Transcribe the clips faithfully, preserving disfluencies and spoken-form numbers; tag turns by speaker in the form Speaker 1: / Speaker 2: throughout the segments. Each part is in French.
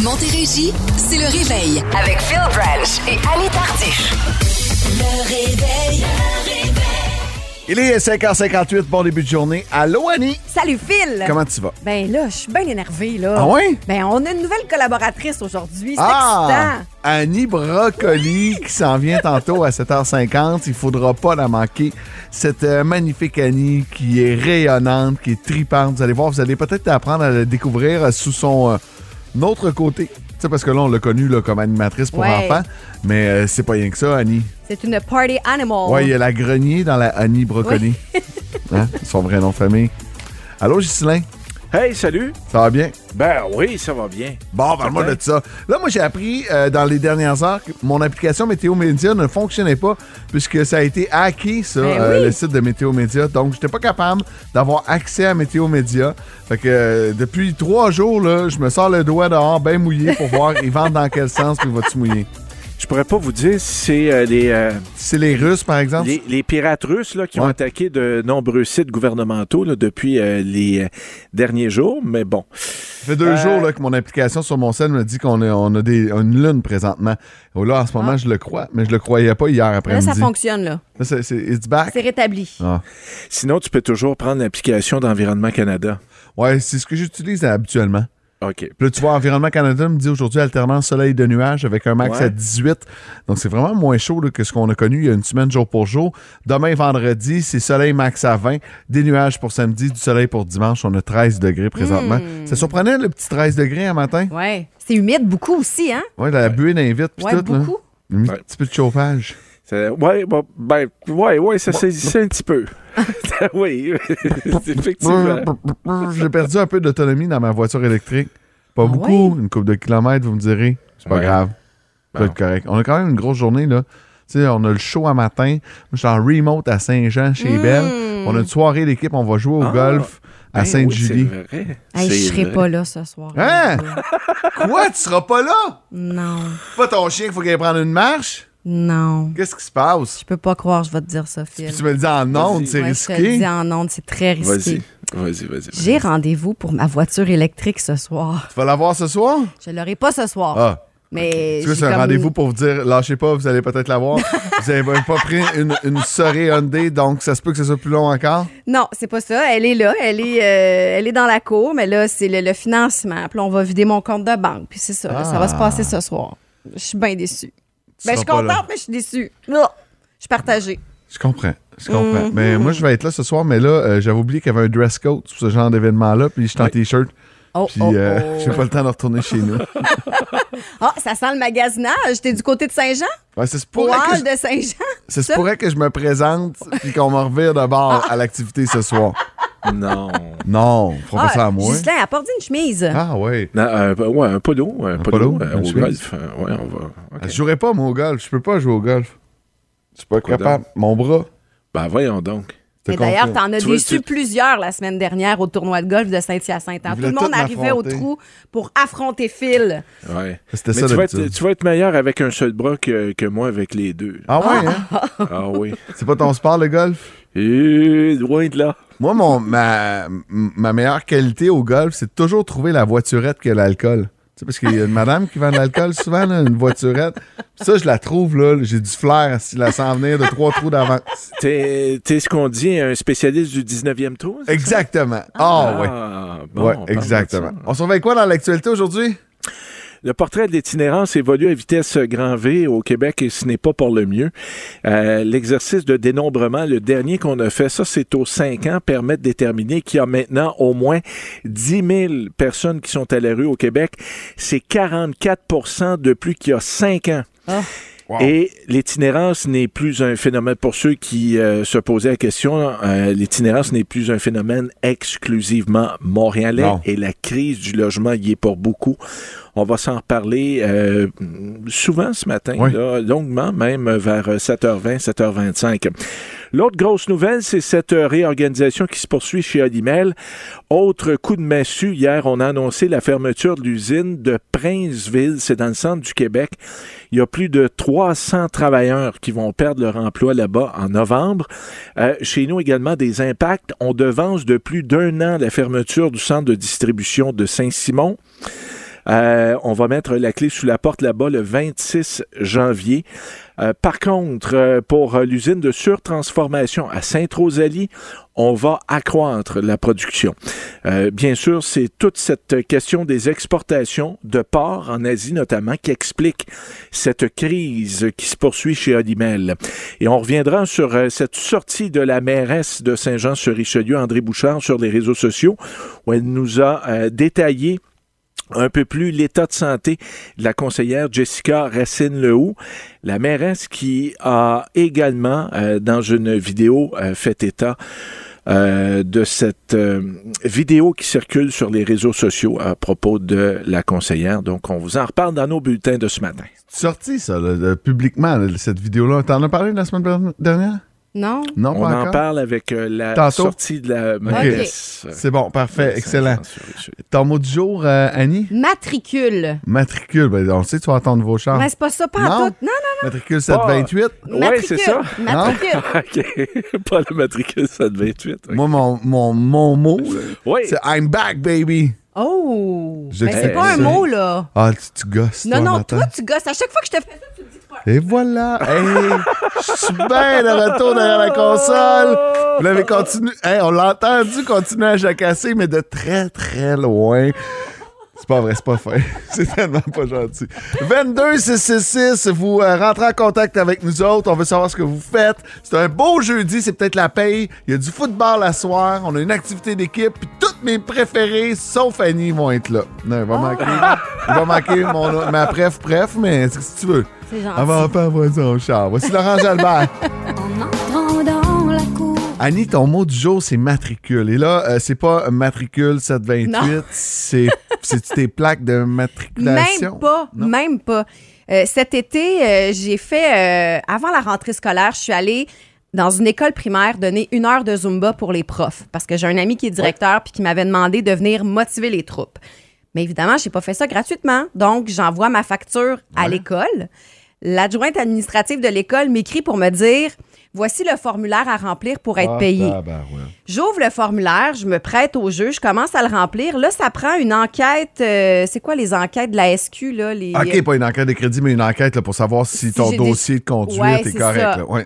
Speaker 1: Montérégie, c'est le réveil.
Speaker 2: Avec Phil Branch et Annie Tardif.
Speaker 1: Le réveil. Le réveil.
Speaker 3: Il est cinq heures cinquante-huit, bon début de journée. Allô, Annie?
Speaker 4: Salut, Phil!
Speaker 3: Comment tu vas?
Speaker 4: Ben là, je suis bien énervée, là.
Speaker 3: Ah ouais?
Speaker 4: Ben, on a une nouvelle collaboratrice aujourd'hui. C'est
Speaker 3: Ah!
Speaker 4: excitant.
Speaker 3: Annie Brocoli qui s'en vient tantôt à sept heures cinquante. Il faudra pas la manquer. Cette euh, magnifique Annie qui est rayonnante, qui est tripante. Vous allez voir, vous allez peut-être apprendre à la découvrir euh, sous son euh, autre côté. Tu sais, parce que là, on l'a connue là, comme animatrice pour
Speaker 4: Ouais.
Speaker 3: enfants. Mais euh, c'est pas rien que ça, Annie.
Speaker 4: C'est une party animal.
Speaker 3: Ouais, il y a la grenier dans la Annie Brocoli. Hein? Son vrai nom de famille. Allô, Ghislain?
Speaker 5: Hey, salut!
Speaker 3: Ça va bien?
Speaker 5: Ben oui, ça va bien.
Speaker 3: Bon, parle-moi de ça. Là, moi, j'ai appris euh, dans les dernières heures que mon application Météo Média ne fonctionnait pas puisque ça a été hacké, ça,
Speaker 4: Ben
Speaker 3: euh,
Speaker 4: oui.
Speaker 3: le site de Météo Média. Donc, j'étais pas capable d'avoir accès à Météo Média. Fait que euh, depuis trois jours, là, je me sors le doigt dehors bien mouillé pour voir ils vendent dans quel sens puis va-tu mouiller.
Speaker 5: Je pourrais pas vous dire si c'est euh, les, euh,
Speaker 3: C'est les Russes, par exemple?
Speaker 5: les, les pirates russes là, qui ont
Speaker 3: Ouais.
Speaker 5: attaqué de nombreux sites gouvernementaux là, depuis euh, les euh, derniers jours, mais bon.
Speaker 3: Ça fait deux
Speaker 5: Euh,
Speaker 3: jours là, que mon application sur mon cell me dit qu'on a, on a des, une lune présentement. Oh, là, en ce moment,
Speaker 4: Ah.
Speaker 3: je le crois, mais je le croyais pas hier
Speaker 4: Là,
Speaker 3: après-midi.
Speaker 4: ça fonctionne, là.
Speaker 3: Là, c'est, c'est it's back.
Speaker 4: C'est rétabli.
Speaker 3: Ah.
Speaker 5: Sinon, tu peux toujours prendre l'application d'Environnement Canada.
Speaker 3: Ouais, c'est ce que j'utilise habituellement.
Speaker 5: OK.
Speaker 3: Puis là, tu vois, Environnement Canada me dit aujourd'hui alternance soleil de nuages avec un max
Speaker 5: Ouais.
Speaker 3: à dix-huit. Donc, c'est vraiment moins chaud là, que ce qu'on a connu il y a une semaine jour pour jour. Demain, vendredi, c'est soleil max à vingt. Des nuages pour samedi, du soleil pour dimanche. On a treize degrés présentement.
Speaker 4: Mm.
Speaker 3: Ça surprenait le petit treize degrés un matin?
Speaker 4: Ouais. C'est humide beaucoup aussi, hein?
Speaker 3: Ouais, la buée d'invite puis
Speaker 4: Ouais,
Speaker 3: tout. Là.
Speaker 4: beaucoup.
Speaker 3: Un
Speaker 5: Ouais.
Speaker 3: petit peu de chauffage.
Speaker 5: Ça- ouais, bon, ben, ouais, ouais, ça saisissait un petit peu. Oui, effectivement.
Speaker 3: J'ai perdu un peu d'autonomie dans ma voiture électrique. Pas
Speaker 4: Ah
Speaker 3: beaucoup,
Speaker 4: ouais?
Speaker 3: une couple de kilomètres, vous me direz. C'est pas
Speaker 5: Ouais.
Speaker 3: grave. Ça va
Speaker 5: Bon.
Speaker 3: être correct. On a quand même une grosse journée, là. Tu sais, on a le show à matin. Moi, je suis en remote à Saint-Jean, chez
Speaker 4: Mm.
Speaker 3: Belle. On a une soirée d'équipe, on va jouer au
Speaker 5: Ah,
Speaker 3: golf à
Speaker 5: Ben
Speaker 3: Sainte-Julie.
Speaker 5: oui, c'est vrai.
Speaker 4: Hey, je
Speaker 5: C'est
Speaker 4: serai
Speaker 5: vrai.
Speaker 4: pas là ce soir.
Speaker 3: Hein? Quoi? Tu seras pas là?
Speaker 4: Non.
Speaker 3: Pas ton chien qu'il faut qu'il aille prendre une marche?
Speaker 4: Non.
Speaker 3: Qu'est-ce qui se passe?
Speaker 4: Je peux pas croire, je vais te dire ça, Phil.
Speaker 3: Puis tu me le dis en ondes,
Speaker 5: Vas-y.
Speaker 3: c'est
Speaker 4: Ouais, je te le
Speaker 3: risqué.
Speaker 4: dis en ondes, c'est très risqué.
Speaker 5: Vas-y, vas-y, vas-y. vas-y.
Speaker 4: J'ai rendez-vous pour ma voiture électrique ce soir.
Speaker 3: Tu vas l'avoir ce soir?
Speaker 4: Je l'aurai pas ce soir.
Speaker 3: Ah.
Speaker 4: Mais
Speaker 3: Tu vois,
Speaker 4: j'ai
Speaker 3: c'est un
Speaker 4: comme-
Speaker 3: rendez-vous pour vous dire, lâchez pas, vous allez peut-être l'avoir. Vous avez même pas pris une, une soirée Hyundai, donc ça se peut que ce soit plus long encore.
Speaker 4: Non, c'est pas ça. Elle est là. Elle est, euh, elle est dans la cour, mais là, c'est le, le financement. Puis là, on va vider mon compte de banque. Puis c'est ça. là, ça va se passer ce soir. Je suis bien déçue.
Speaker 3: Tu
Speaker 4: Ben, je suis
Speaker 3: seras pas là.
Speaker 4: contente, mais je suis déçue. Non. Je suis partagée.
Speaker 3: Je comprends. Je comprends.
Speaker 4: Mhm.
Speaker 3: Mais moi, je vais être là ce soir, mais là, euh, j'avais oublié qu'il y avait un dress code pour ce genre d'événement-là, puis je suis en
Speaker 5: Oui.
Speaker 3: t-shirt.
Speaker 4: Oh,
Speaker 3: Puis
Speaker 4: oh,
Speaker 3: euh,
Speaker 4: oh.
Speaker 3: j'ai pas le temps de retourner chez nous.
Speaker 4: Ah, ça sent le magasinage. T'es du côté de Saint-Jean?
Speaker 3: Ouais, ça se pourrait, que
Speaker 4: Courage
Speaker 3: je,
Speaker 4: de Saint-Jean?
Speaker 3: ça se
Speaker 4: ça?
Speaker 3: pourrait que je me présente puis qu'on me revire de bord à l'activité ce soir.
Speaker 5: Non.
Speaker 3: Non, on fera pas ça à moi.
Speaker 4: Ghislain, apporte une chemise.
Speaker 3: Ah oui.
Speaker 5: Non, euh, ouais, un polo. Un,
Speaker 3: polo,
Speaker 5: polo, euh,
Speaker 3: une
Speaker 5: au
Speaker 3: chemise.
Speaker 5: golf. euh, ouais, on va. ok.
Speaker 3: Je jouerai pas, moi, au golf. Je peux pas jouer au golf. Je suis pas
Speaker 5: Quoi
Speaker 3: capable. Mon bras.
Speaker 5: Ben, voyons donc.
Speaker 3: je te
Speaker 4: Mais d'ailleurs,
Speaker 3: confirme.
Speaker 4: t'en as
Speaker 5: Tu vois,
Speaker 4: déçu
Speaker 5: tu-
Speaker 4: plusieurs la semaine dernière au tournoi de golf de Saint-Hyacinthe.
Speaker 3: Ils
Speaker 4: Tout
Speaker 3: voulaient
Speaker 4: le monde
Speaker 3: tous
Speaker 4: arrivait au
Speaker 3: m'affronter.
Speaker 4: trou pour affronter Phil.
Speaker 5: Ouais.
Speaker 3: C'était
Speaker 5: Mais
Speaker 3: ça
Speaker 5: tu vas,
Speaker 3: d'habitude.
Speaker 5: être, tu vas être meilleur avec un seul bras que, que moi avec les deux.
Speaker 3: Ah ouais, hein?
Speaker 5: Ah oui.
Speaker 3: C'est pas ton sport, le golf?
Speaker 5: Et loin de là.
Speaker 3: Moi, mon, ma, ma meilleure qualité au golf, c'est de toujours trouver la voiturette que l'alcool. Tu sais, parce qu'il y a une madame qui vend de l'alcool souvent, là, une voiturette. Puis ça, je la trouve, là. J'ai du flair si la sens venir de trois trous d'avant.
Speaker 5: T'es, t'es ce qu'on dit, un spécialiste du dix-neuvième trou? c'est ça?
Speaker 3: Exactement. Ah, ouais.
Speaker 5: Ah, bon,
Speaker 3: Ouais,
Speaker 5: on parle de
Speaker 3: exactement.
Speaker 5: ça.
Speaker 3: On surveille quoi dans l'actualité aujourd'hui?
Speaker 5: Le portrait de l'itinérance évolue à vitesse grand V au Québec et ce n'est pas pour le mieux. Euh, l'exercice de dénombrement, le dernier qu'on a fait, ça c'est aux cinq ans, permet de déterminer qu'il y a maintenant au moins dix mille personnes qui sont à la rue au Québec. C'est quarante-quatre pour cent de plus qu'il y a cinq ans.
Speaker 4: Ah.
Speaker 3: Wow.
Speaker 5: Et l'itinérance n'est plus un phénomène, pour ceux qui euh, se posaient la question, euh, l'itinérance n'est plus un phénomène exclusivement montréalais
Speaker 3: Non.
Speaker 5: et la crise du logement y est pour beaucoup. On va s'en reparler euh, souvent ce matin,
Speaker 3: Oui.
Speaker 5: là, longuement, même vers sept heures vingt, sept heures vingt-cinq. L'autre grosse nouvelle, c'est cette réorganisation qui se poursuit chez Olimel. Autre coup de massue, hier, on a annoncé la fermeture de l'usine de Princeville, c'est dans le centre du Québec. Il y a plus de trois cents travailleurs qui vont perdre leur emploi là-bas en novembre. Euh, chez nous également, des impacts. On devance de plus d'un an la fermeture du centre de distribution de Saint-Simon. Euh, on va mettre la clé sous la porte là-bas le vingt-six janvier. Euh, par contre, euh, pour euh, l'usine de surtransformation à Sainte-Rosalie, on va accroître la production. Euh, bien sûr, c'est toute cette question des exportations de porc en Asie notamment qui explique cette crise qui se poursuit chez Olimel. Et on reviendra sur euh, cette sortie de la mairesse de Saint-Jean-sur-Richelieu, André Bouchard, sur les réseaux sociaux, où elle nous a euh, détaillé un peu plus l'état de santé de la conseillère Jessica Racine-Lehoux, la mairesse qui a également, euh, dans une vidéo, euh, fait état euh, de cette euh, vidéo qui circule sur les réseaux sociaux à propos de la conseillère. Donc, on vous en reparle dans nos bulletins de ce matin.
Speaker 3: C'est sorti, ça, là, là, publiquement, là, cette vidéo-là. T'en as parlé la semaine dernière?
Speaker 4: Non.
Speaker 3: Non,
Speaker 5: On
Speaker 3: pas
Speaker 5: en
Speaker 3: encore?
Speaker 5: parle avec euh, la
Speaker 3: Tantôt?
Speaker 5: sortie de la mairesse.
Speaker 3: C'est bon, parfait,
Speaker 5: de
Speaker 3: excellent.
Speaker 5: Saint-Jean-sur-Richelieu.
Speaker 3: Ton mot du jour, euh, Annie?
Speaker 4: Matricule.
Speaker 3: Matricule. Ben, on sait que tu vas attendre vos chars.
Speaker 4: Mais c'est pas ça, pas en
Speaker 3: Non?
Speaker 4: tout. Non, non,
Speaker 3: Matricule sept vingt-huit.
Speaker 5: Oui,
Speaker 4: Matricule.
Speaker 5: c'est ça.
Speaker 4: Matricule.
Speaker 5: OK. Pas le matricule sept vingt-huit. Okay.
Speaker 3: Moi, mon, mon, mon mot, là,
Speaker 5: Oui.
Speaker 3: c'est I'm back, baby.
Speaker 4: Oh!
Speaker 3: Je
Speaker 4: Ben,
Speaker 3: te
Speaker 4: c'est
Speaker 3: fais
Speaker 4: pas un
Speaker 3: ça.
Speaker 4: mot, là.
Speaker 3: Ah, tu, tu gosses,
Speaker 4: Non,
Speaker 3: toi,
Speaker 4: non,
Speaker 3: matin.
Speaker 4: toi, tu gosses. À chaque fois que je te fais ça, tu me dis pas.
Speaker 3: Et voilà. Hey, je suis bien de retour derrière la console. Vous l'avez continué. Hey, on l'a entendu continuer à jacasser, mais de très, très loin. C'est pas vrai, c'est pas fin. C'est tellement pas gentil. vingt-deux six cent soixante-six, vous euh, rentrez en contact avec nous autres. On veut savoir ce que vous faites. C'est un beau jeudi, c'est peut-être la paye. Il y a du football à soir. On a une activité d'équipe. Puis toutes mes préférés, sauf Annie, vont être là. Non, il va manquer. Il va manquer mon, ma préf, préf, mais si tu veux.
Speaker 4: C'est gentil.
Speaker 3: Elle va pas avoir son char. Voici Laurent Jalbert.
Speaker 1: En entrant dans la cour.
Speaker 3: Annie, ton mot du jour, c'est matricule. Et là, euh, c'est pas matricule sept vingt-huit,
Speaker 4: Non.
Speaker 3: c'est c'est tes plaques de matriculation.
Speaker 4: Même pas,
Speaker 3: Non?
Speaker 4: même pas. Euh, cet été, euh, j'ai fait, euh, avant la rentrée scolaire, je suis allée dans une école primaire donner une heure de Zumba pour les profs parce que j'ai un ami qui est directeur puis qui m'avait demandé de venir motiver les troupes. Mais évidemment, j'ai pas fait ça gratuitement. Donc, j'envoie ma facture à l'école. L'adjointe administrative de l'école m'écrit pour me dire « Voici le formulaire à remplir pour être
Speaker 3: Ah,
Speaker 4: payé.
Speaker 3: tabarouette. »
Speaker 4: J'ouvre le formulaire, je me prête au jeu, je commence à le remplir. Là, ça prend une enquête. euh, c'est quoi les enquêtes de la S Q, là? Les,
Speaker 3: OK, pas une enquête de crédit, mais une enquête là, pour savoir si,
Speaker 4: Si
Speaker 3: ton
Speaker 4: j'ai des-
Speaker 3: dossier de conduite
Speaker 4: Ouais,
Speaker 3: est
Speaker 4: c'est
Speaker 3: correct.
Speaker 4: ça.
Speaker 3: Là. Ouais.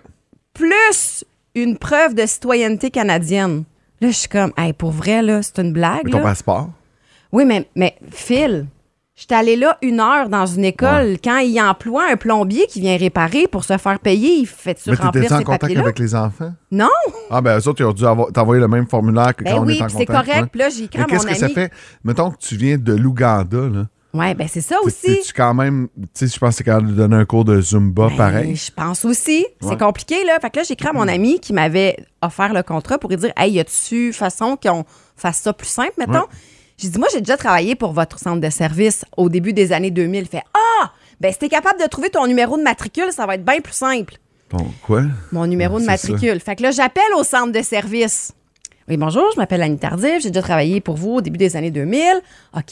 Speaker 4: Plus une preuve de citoyenneté canadienne. Là, je suis comme, hey, pour vrai, là, c'est une blague.
Speaker 3: Mais ton
Speaker 4: Là.
Speaker 3: passeport.
Speaker 4: Oui, mais, mais Phil, je suis allée là une heure dans une école. Quand il emploie un plombier qui vient réparer pour se faire payer, il fait-tu
Speaker 3: Mais
Speaker 4: remplir
Speaker 3: t'étais-tu en
Speaker 4: ces
Speaker 3: contact
Speaker 4: papiers-là?
Speaker 3: avec les enfants?
Speaker 4: Non!
Speaker 3: Ah, ben, eux autres, ils ont dû avoir- t'envoyer le même formulaire que
Speaker 4: Ben
Speaker 3: quand on
Speaker 4: oui,
Speaker 3: est en
Speaker 4: puis c'est
Speaker 3: contact.
Speaker 4: correct.
Speaker 3: ouais.
Speaker 4: Puis là, j'ai écrit
Speaker 3: Mais
Speaker 4: à mon
Speaker 3: qu'est-ce que ça
Speaker 4: ami.
Speaker 3: fait? Mettons que tu viens de l'Ouganda, là.
Speaker 4: Oui, ben c'est ça
Speaker 3: T'es-
Speaker 4: aussi.
Speaker 3: T'es-tu quand même, tu sais, je pense que c'est quand même de donner un cours de Zumba
Speaker 4: Ben,
Speaker 3: pareil.
Speaker 4: Je pense aussi.
Speaker 3: Ouais.
Speaker 4: C'est compliqué, là. Fait que là, j'ai écrit à mon ami qui m'avait offert le contrat pour lui dire, hey, y a-tu façon qu'on fasse ça plus simple, mettons?
Speaker 3: Ouais.
Speaker 4: J'ai dit, moi, j'ai déjà travaillé pour votre centre de service au début des années deux mille. Il fait, ah, ben si t'es capable de trouver ton numéro de matricule, ça va être bien plus simple.
Speaker 3: Bon, quoi?
Speaker 4: Mon numéro
Speaker 3: Ah,
Speaker 4: de
Speaker 3: c'est
Speaker 4: matricule. Fait que là, j'appelle au centre de service. Oui, bonjour, je m'appelle Annie Tardif. J'ai déjà travaillé pour vous au début des années deux mille. OK.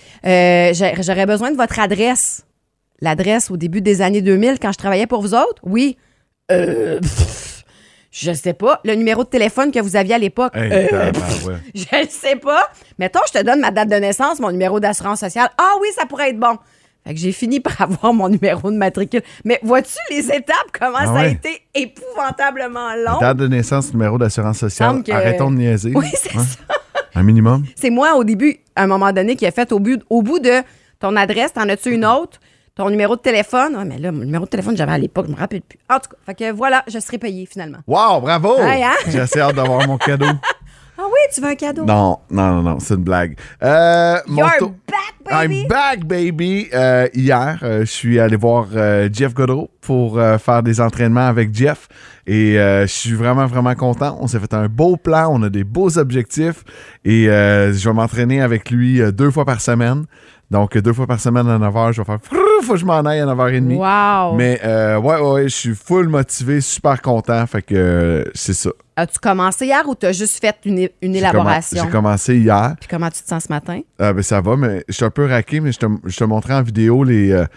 Speaker 4: Euh, j'ai- j'aurais besoin de votre adresse. L'adresse au début des années deux mille quand je travaillais pour vous autres? Oui. Euh, pff, je sais pas. Le numéro de téléphone que vous aviez à l'époque?
Speaker 3: Hey,
Speaker 4: Euh,
Speaker 3: tabarouette.
Speaker 4: je le sais pas. Mettons, je te donne ma date de naissance, mon numéro d'assurance sociale. Ah oui, ça pourrait être bon. Fait que j'ai fini par avoir mon numéro de matricule. Mais vois-tu les étapes, comment
Speaker 3: Ah
Speaker 4: ça a
Speaker 3: ouais.
Speaker 4: été épouvantablement long?
Speaker 3: Date de naissance, numéro d'assurance sociale.
Speaker 4: Semble que-
Speaker 3: Arrêtons de niaiser.
Speaker 4: Oui, c'est
Speaker 3: Ouais.
Speaker 4: ça.
Speaker 3: Un minimum.
Speaker 4: C'est moi, au début, à un moment donné, qui a fait au bout, au bout de ton adresse, t'en as-tu une autre? Ton numéro de téléphone? Ah, mais là, mon numéro de téléphone que j'avais à l'époque, je me rappelle plus. En tout cas, fait que voilà, je serai payée finalement.
Speaker 3: Wow, bravo!
Speaker 4: Ouais, hein?
Speaker 3: J'ai assez hâte d'avoir mon cadeau.
Speaker 4: Ah oui, tu veux un cadeau?
Speaker 3: Non, non, non, non, c'est une blague. Euh, mon
Speaker 4: You're
Speaker 3: tour-
Speaker 4: back, baby!
Speaker 3: I'm back, baby! Euh, hier, euh, je suis allé voir euh, Jeff Godreau pour euh, faire des entraînements avec Jeff. Et euh, je suis vraiment, vraiment content. On s'est fait un beau plan, on a des beaux objectifs. Et euh, je vais m'entraîner avec lui euh, deux fois par semaine. Donc, deux fois par semaine à neuf heures, je vais faire... Faut que je m'en aille à neuf heures trente.
Speaker 4: Wow!
Speaker 3: Mais euh, ouais, ouais, ouais, je suis full motivé, super content. Fait que euh, c'est ça.
Speaker 4: As-tu commencé hier ou t'as juste fait une, une
Speaker 3: J'ai
Speaker 4: élaboration?
Speaker 3: commen- J'ai commencé hier.
Speaker 4: Puis comment tu te sens ce matin?
Speaker 3: Ah, ben, ça va, mais je suis un peu raqué, mais je te, je te montrais en vidéo les, euh,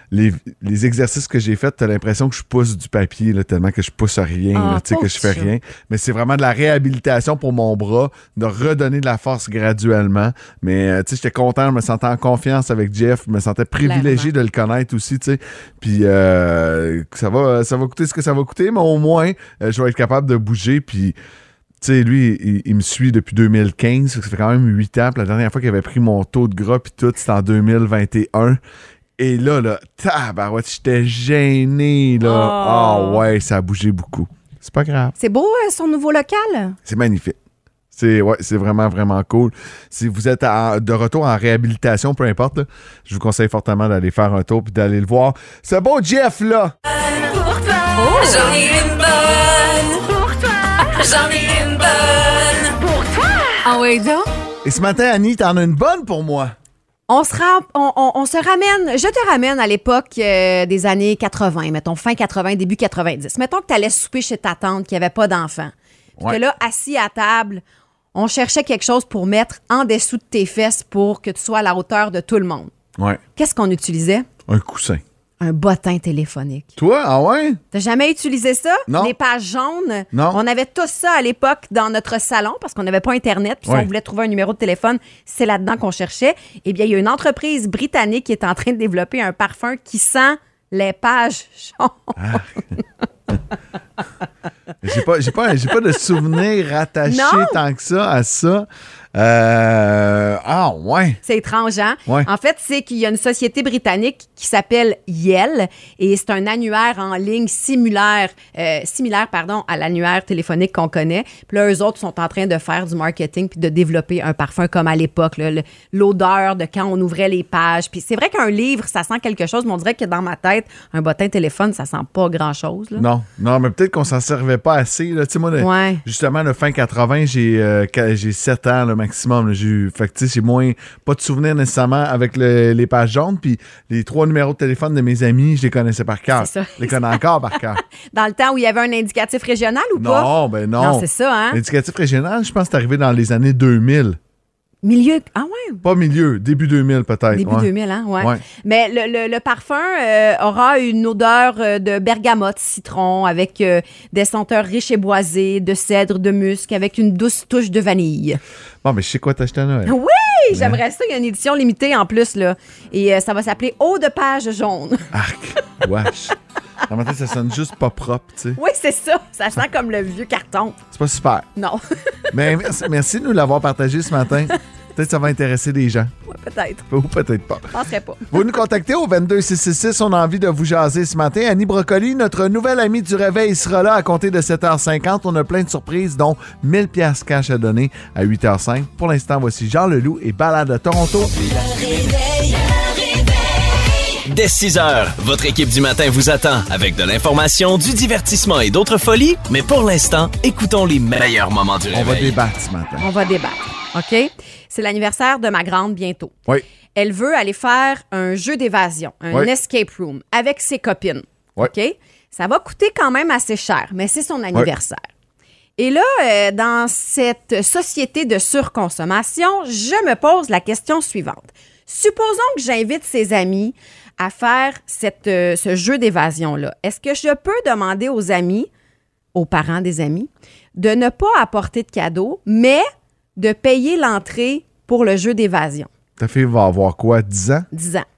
Speaker 3: les, les exercices que j'ai faits, t'as l'impression que je pousse du papier, là, tellement que je pousse rien,
Speaker 4: Ah,
Speaker 3: là, tu sais, que je fais
Speaker 4: pauvre
Speaker 3: rien. Mais c'est vraiment de la réhabilitation pour mon bras, de redonner de la force graduellement. Mais, euh, tu sais, j'étais content, je me sentais en confiance avec Jeff, je me sentais privilégié
Speaker 4: Clairement.
Speaker 3: de le connaître aussi, tu sais. Puis, euh, ça va, ça va coûter ce que ça va coûter, mais au moins, euh, je vais être capable de bouger, puis... Tu sais, lui, il, il me suit depuis deux mille quinze, ça fait quand même huit ans. Puis la dernière fois qu'il avait pris mon taux de gras puis tout, c'était en deux mille vingt et un. Et là, là, tabarouette, j'étais gêné, là. Ah
Speaker 4: Oh.
Speaker 3: ouais, ça a bougé beaucoup. C'est pas grave.
Speaker 4: C'est beau, euh, son nouveau local?
Speaker 3: C'est magnifique. C'est ouais, c'est vraiment, vraiment cool. Si vous êtes en- de retour en réhabilitation, peu importe, là, je vous conseille fortement d'aller faire un tour puis d'aller le voir. Ce beau Jeff, là!
Speaker 2: J'en ai une bonne pour toi. J'en ai une bonne pour toi.
Speaker 1: Ah oui, donc?
Speaker 3: Et ce matin, Annie, t'en as une bonne pour moi.
Speaker 4: On se, ram- on, on- on se ramène, je te ramène à l'époque euh, des années quatre-vingts, mettons fin quatre-vingts, début quatre-vingt-dix. Mettons que tu allais souper chez ta tante qui avait pas d'enfant. Puis
Speaker 3: Ouais.
Speaker 4: que là, assis à table, on cherchait quelque chose pour mettre en dessous de tes fesses pour que tu sois à la hauteur de tout le monde.
Speaker 3: Ouais.
Speaker 4: Qu'est-ce qu'on utilisait?
Speaker 3: Un coussin.
Speaker 4: Un bottin téléphonique.
Speaker 3: Toi, ah ouais?
Speaker 4: T'as jamais utilisé ça?
Speaker 3: Non.
Speaker 4: Les pages jaunes?
Speaker 3: Non.
Speaker 4: On avait tous ça à l'époque dans notre salon parce qu'on n'avait pas Internet. Puis si
Speaker 3: Ouais.
Speaker 4: on voulait trouver un numéro de téléphone, c'est là-dedans qu'on cherchait. Eh bien, il y a une entreprise britannique qui est en train de développer un parfum qui sent les pages jaunes.
Speaker 3: J'ai pas, j'ai pas, j'ai pas de souvenir rattaché
Speaker 4: Non.
Speaker 3: tant que ça à ça. Euh, ah, ouais.
Speaker 4: C'est étrange, hein?
Speaker 3: Ouais.
Speaker 4: En fait, c'est qu'il y a une société britannique qui s'appelle Yell et c'est un annuaire en ligne similaire, euh, similaire pardon, à l'annuaire téléphonique qu'on connaît. Puis là, eux autres sont en train de faire du marketing puis de développer un parfum comme à l'époque, là, le- l'odeur de quand on ouvrait les pages. Puis c'est vrai qu'un livre, ça sent quelque chose, mais on dirait que dans ma tête, un bottin téléphone, ça sent pas grand-chose. là.
Speaker 3: Non, non, mais peut-être qu'on s'en servait pas assez. Là. Tu sais, moi, le-
Speaker 4: Ouais.
Speaker 3: justement, le fin quatre-vingts, j'ai, euh, qua- j'ai sept ans le maximum. Là. J'ai eu- fait que, tu sais, j'ai moins, pas de souvenirs nécessairement avec le- les pages jaunes. Puis les trois numéros de téléphone de mes amis, je les connaissais par cœur.
Speaker 4: C'est ça.
Speaker 3: Je les connais encore par cœur.
Speaker 4: Dans le temps où il y avait un indicatif régional ou pas?
Speaker 3: Non, ben non.
Speaker 4: Non, c'est ça, hein?
Speaker 3: L'indicatif régional, je pense que c'est arrivé dans les années deux mille.
Speaker 4: Milieu. Ah ouais?
Speaker 3: Pas milieu, début deux mille peut-être.
Speaker 4: Début
Speaker 3: ouais.
Speaker 4: deux mille, hein? Ouais.
Speaker 3: Ouais.
Speaker 4: Mais le, le- le parfum euh, aura une odeur euh, de bergamote, citron, avec euh, des senteurs riches et boisées, de cèdre, de musc, avec une douce touche de vanille.
Speaker 3: Bon, mais je sais quoi t'acheter à Noël.
Speaker 4: Oui! J'aimerais ça. Il y a une édition limitée en plus, là. Et euh, ça va s'appeler Eau de page jaune.
Speaker 3: Arc, wesh. Dans ma tête, ça sonne juste pas propre, tu sais.
Speaker 4: Oui, c'est ça. Ça sent comme le vieux carton.
Speaker 3: C'est pas super.
Speaker 4: Non.
Speaker 3: Mais merci, merci de nous l'avoir partagé ce matin. Peut-être que ça va intéresser des gens.
Speaker 4: Ouais, peut-être.
Speaker 3: Ou peut-être pas.
Speaker 4: Je penserais pas.
Speaker 3: Vous nous contactez au vingt-deux six cent soixante-six. On a envie de vous jaser ce matin. Annie Brocoli, notre nouvelle amie du réveil, sera là à compter de sept heures cinquante. On a plein de surprises, dont mille piastres cash à donner à huit heures cinq. Pour l'instant, voici Jean Leloup et Balade de Toronto.
Speaker 6: Dès six heures, votre équipe du matin vous attend avec de l'information, du divertissement et d'autres folies. Mais pour l'instant, écoutons les meilleurs moments du
Speaker 3: On va
Speaker 6: réveil.
Speaker 3: débattre ce matin.
Speaker 4: On va débattre. OK? C'est l'anniversaire de ma grande bientôt.
Speaker 3: Oui.
Speaker 4: Elle veut aller faire un jeu d'évasion, un
Speaker 3: Oui.
Speaker 4: escape room, avec ses copines.
Speaker 3: Oui.
Speaker 4: OK? Ça va coûter quand même assez cher, mais c'est son anniversaire. Et là, euh, dans cette société de surconsommation, je me pose la question suivante. Supposons que j'invite ses amis à faire cette, euh, ce jeu d'évasion-là. Est-ce que je peux demander aux amis, aux parents des amis, de ne pas apporter de cadeaux, mais de payer l'entrée pour le jeu d'évasion?
Speaker 3: Ta fille va avoir quoi, dix ans?
Speaker 4: dix ans.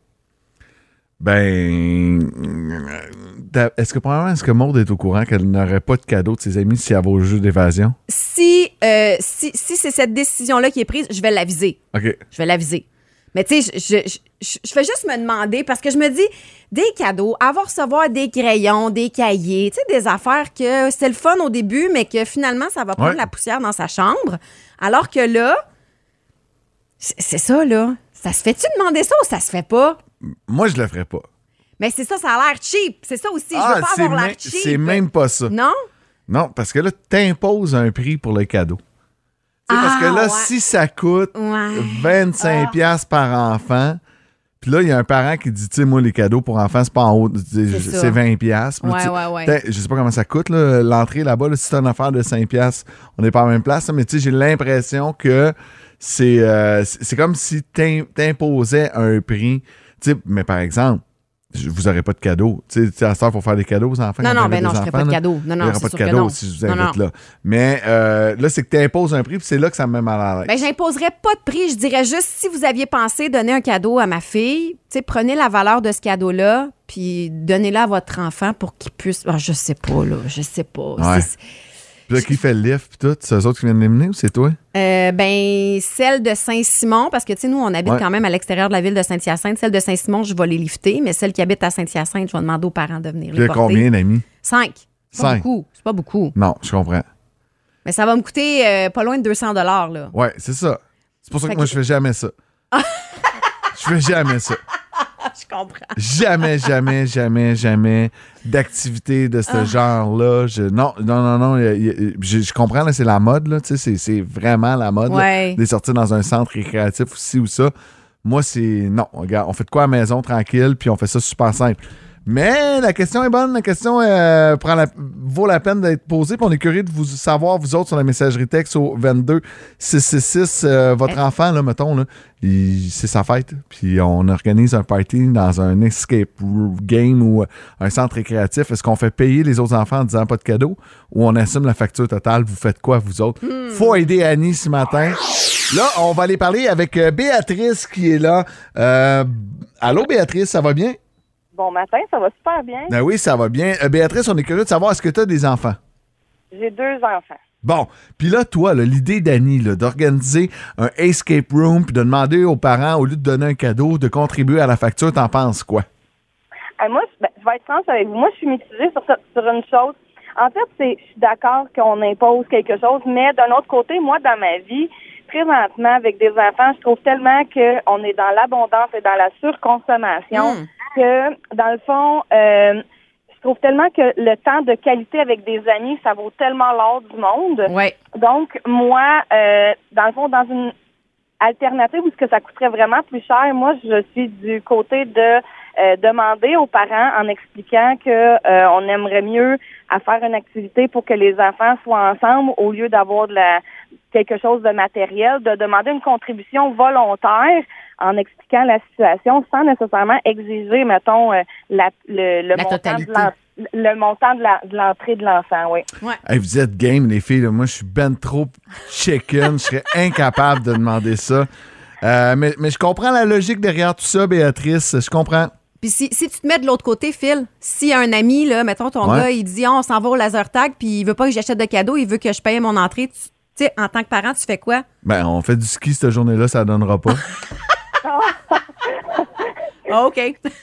Speaker 3: Ben. t'as- Est-ce que, probablement, est-ce que Maude est au courant qu'elle n'aurait pas de cadeau de ses amis si elle va au jeu d'évasion?
Speaker 4: Si, euh, si, si c'est cette décision-là qui est prise, je vais l'aviser.
Speaker 3: OK.
Speaker 4: Je vais l'aviser. Mais tu sais, je, je, je, je fais juste me demander, parce que je me dis, des cadeaux, avoir recevoir des crayons, des cahiers, tu sais, des affaires que c'est le fun au début, mais que finalement, ça va prendre
Speaker 3: Ouais.
Speaker 4: la poussière dans sa chambre. Alors que là, c'est c'est ça, là. Ça se fait-tu demander ça ou ça se fait pas?
Speaker 3: Moi, je le ferais pas.
Speaker 4: Mais c'est ça, ça a l'air cheap. C'est ça aussi. Je veux pas
Speaker 3: c'est
Speaker 4: avoir
Speaker 3: même-
Speaker 4: l'air cheap.
Speaker 3: c'est même pas ça.
Speaker 4: Non?
Speaker 3: Non, parce que là, t'imposes un prix pour le cadeau. Tu sais, parce
Speaker 4: Ah,
Speaker 3: que là,
Speaker 4: ouais.
Speaker 3: si ça coûte
Speaker 4: Ouais.
Speaker 3: vingt-cinq piastres par enfant, puis là, il y a un parent qui dit, tu sais, moi, les cadeaux pour enfants, c'est pas en haut, c'est
Speaker 4: ça.
Speaker 3: c'est vingt piastres. Puis là,
Speaker 4: Ouais,
Speaker 3: tu sais,
Speaker 4: ouais, ouais.
Speaker 3: peut-être- Je sais pas comment ça coûte, là, l'entrée là-bas. Là, si c'est une affaire de cinq piastres, on n'est pas à la même place. là, mais tu sais, j'ai l'impression que c'est euh, c'est c'est comme si t'im- t'imposais un prix. Tu sais, mais par exemple, vous n'aurez pas de cadeau. Tu sais, à cette heure, il faut faire des cadeaux aux enfants.
Speaker 4: Non, non, ben non,
Speaker 3: des
Speaker 4: je ne ferai pas
Speaker 3: enfants,
Speaker 4: de
Speaker 3: là.
Speaker 4: cadeau. Non, non,
Speaker 3: Il n'y aura
Speaker 4: c'est
Speaker 3: pas de
Speaker 4: sûr que
Speaker 3: cadeau
Speaker 4: non.
Speaker 3: si je vous
Speaker 4: Non,
Speaker 3: invite
Speaker 4: non.
Speaker 3: là. Mais euh, là, c'est que tu imposes un prix, puis c'est là que ça me met mal à l'aise.
Speaker 4: Ben, j'imposerais pas de prix. Je dirais juste, si vous aviez pensé donner un cadeau à ma fille, tu sais, prenez la valeur de ce cadeau-là, puis donnez-le à votre enfant pour qu'il puisse... Ah, je sais pas, là, je sais pas.
Speaker 3: Ouais.
Speaker 4: C'est-
Speaker 3: Puis là, qui fait le lift, puis tout? C'est eux autres qui viennent l'émener ou c'est toi?
Speaker 4: Euh, ben, celle de Saint-Simon, parce que, tu sais, nous, on habite
Speaker 3: Ouais.
Speaker 4: quand même à l'extérieur de la ville de Saint-Hyacinthe. Celle de Saint-Simon, je vais les lifter, mais celle qui habite à Saint-Hyacinthe, je vais demander aux parents de venir
Speaker 3: Puis
Speaker 4: les
Speaker 3: là,
Speaker 4: porter.
Speaker 3: combien d'amis?
Speaker 4: Cinq. C'est pas
Speaker 3: Cinq.
Speaker 4: beaucoup. C'est pas beaucoup.
Speaker 3: Non, je comprends.
Speaker 4: Mais ça va me coûter euh, pas loin de deux cents dollars là.
Speaker 3: Ouais, c'est ça. C'est pour ça que
Speaker 4: Fait
Speaker 3: moi,
Speaker 4: que-
Speaker 3: je fais jamais ça. Je fais jamais ça.
Speaker 4: Je comprends.
Speaker 3: Jamais, jamais, jamais, jamais d'activité de ce
Speaker 4: Ah.
Speaker 3: genre-là. Je, non, non, non, non. il y a- il y a- je, je comprends, là, c'est la mode, là. Tu sais, c'est, c'est vraiment la mode. là,
Speaker 4: Ouais.
Speaker 3: des sorties dans un centre récréatif ou ci ou ça. Moi, c'est non. Regarde, on fait de quoi à la maison, tranquille, puis on fait ça super simple. Mais la question est bonne. La question euh, prend la- vaut la peine d'être posée. Puis on est curieux de vous savoir, vous autres, sur la messagerie texte au vingt-deux six cent soixante-six, euh, votre
Speaker 4: Eh.
Speaker 3: enfant, là, mettons, là, il- c'est sa fête. Puis on organise un party dans un escape game ou euh, un centre récréatif. Est-ce qu'on fait payer les autres enfants en disant pas de cadeau ou on assume la facture totale? Vous faites quoi, vous autres? Faut aider Annie ce matin. Là, on va aller parler avec euh, Béatrice qui est là. Euh, allô, Béatrice, ça va bien?
Speaker 7: Bon matin, ça va super bien.
Speaker 3: Ben oui, ça va bien. Euh, Béatrice, on est curieux de savoir, est-ce que tu as des enfants?
Speaker 7: J'ai deux enfants.
Speaker 3: Bon, puis là, toi, là, l'idée d'Annie, là, d'organiser un escape room puis de demander aux parents, au lieu de donner un cadeau, de contribuer à la facture, t'en penses quoi?
Speaker 7: Euh, moi, je, ben, je vais être franche avec vous. Moi, je suis mitigée sur, ça- sur une chose. En fait, c'est, je suis d'accord qu'on impose quelque chose, mais d'un autre côté, moi, dans ma vie, présentement, avec des enfants, je trouve tellement qu'on est dans l'abondance et dans la surconsommation
Speaker 4: Mm.
Speaker 7: que, dans le fond, euh, je trouve tellement que le temps de qualité avec des amis, ça vaut tellement l'or du monde.
Speaker 4: Ouais.
Speaker 7: Donc, moi, euh, dans le fond, dans une alternative où ce que ça coûterait vraiment plus cher, moi, je suis du côté de euh, demander aux parents en expliquant que euh, on aimerait mieux à faire une activité pour que les enfants soient ensemble au lieu d'avoir de la quelque chose de matériel, de demander une contribution volontaire en expliquant la situation sans nécessairement exiger, mettons, euh, la, le, le
Speaker 4: La
Speaker 7: montant
Speaker 4: totalité.
Speaker 7: de l'en- le montant de la- de l'entrée de l'enfant, oui.
Speaker 3: Hey, vous êtes game, les filles. Là. Moi, je suis ben trop chicken. Je serais incapable de demander ça. Euh, mais, mais je comprends la logique derrière tout ça, Béatrice. Je comprends.
Speaker 4: Puis si, si tu te mets de l'autre côté, Phil, si un ami, là, mettons ton
Speaker 3: Ouais.
Speaker 4: gars, il dit, oh, on s'en va au laser tag, puis il veut pas que j'achète de cadeaux, il veut que je paye mon entrée, tu tu sais, en tant que parent, tu fais quoi?
Speaker 3: Ben, on fait du ski cette journée-là, ça donnera pas.
Speaker 4: Ah, OK.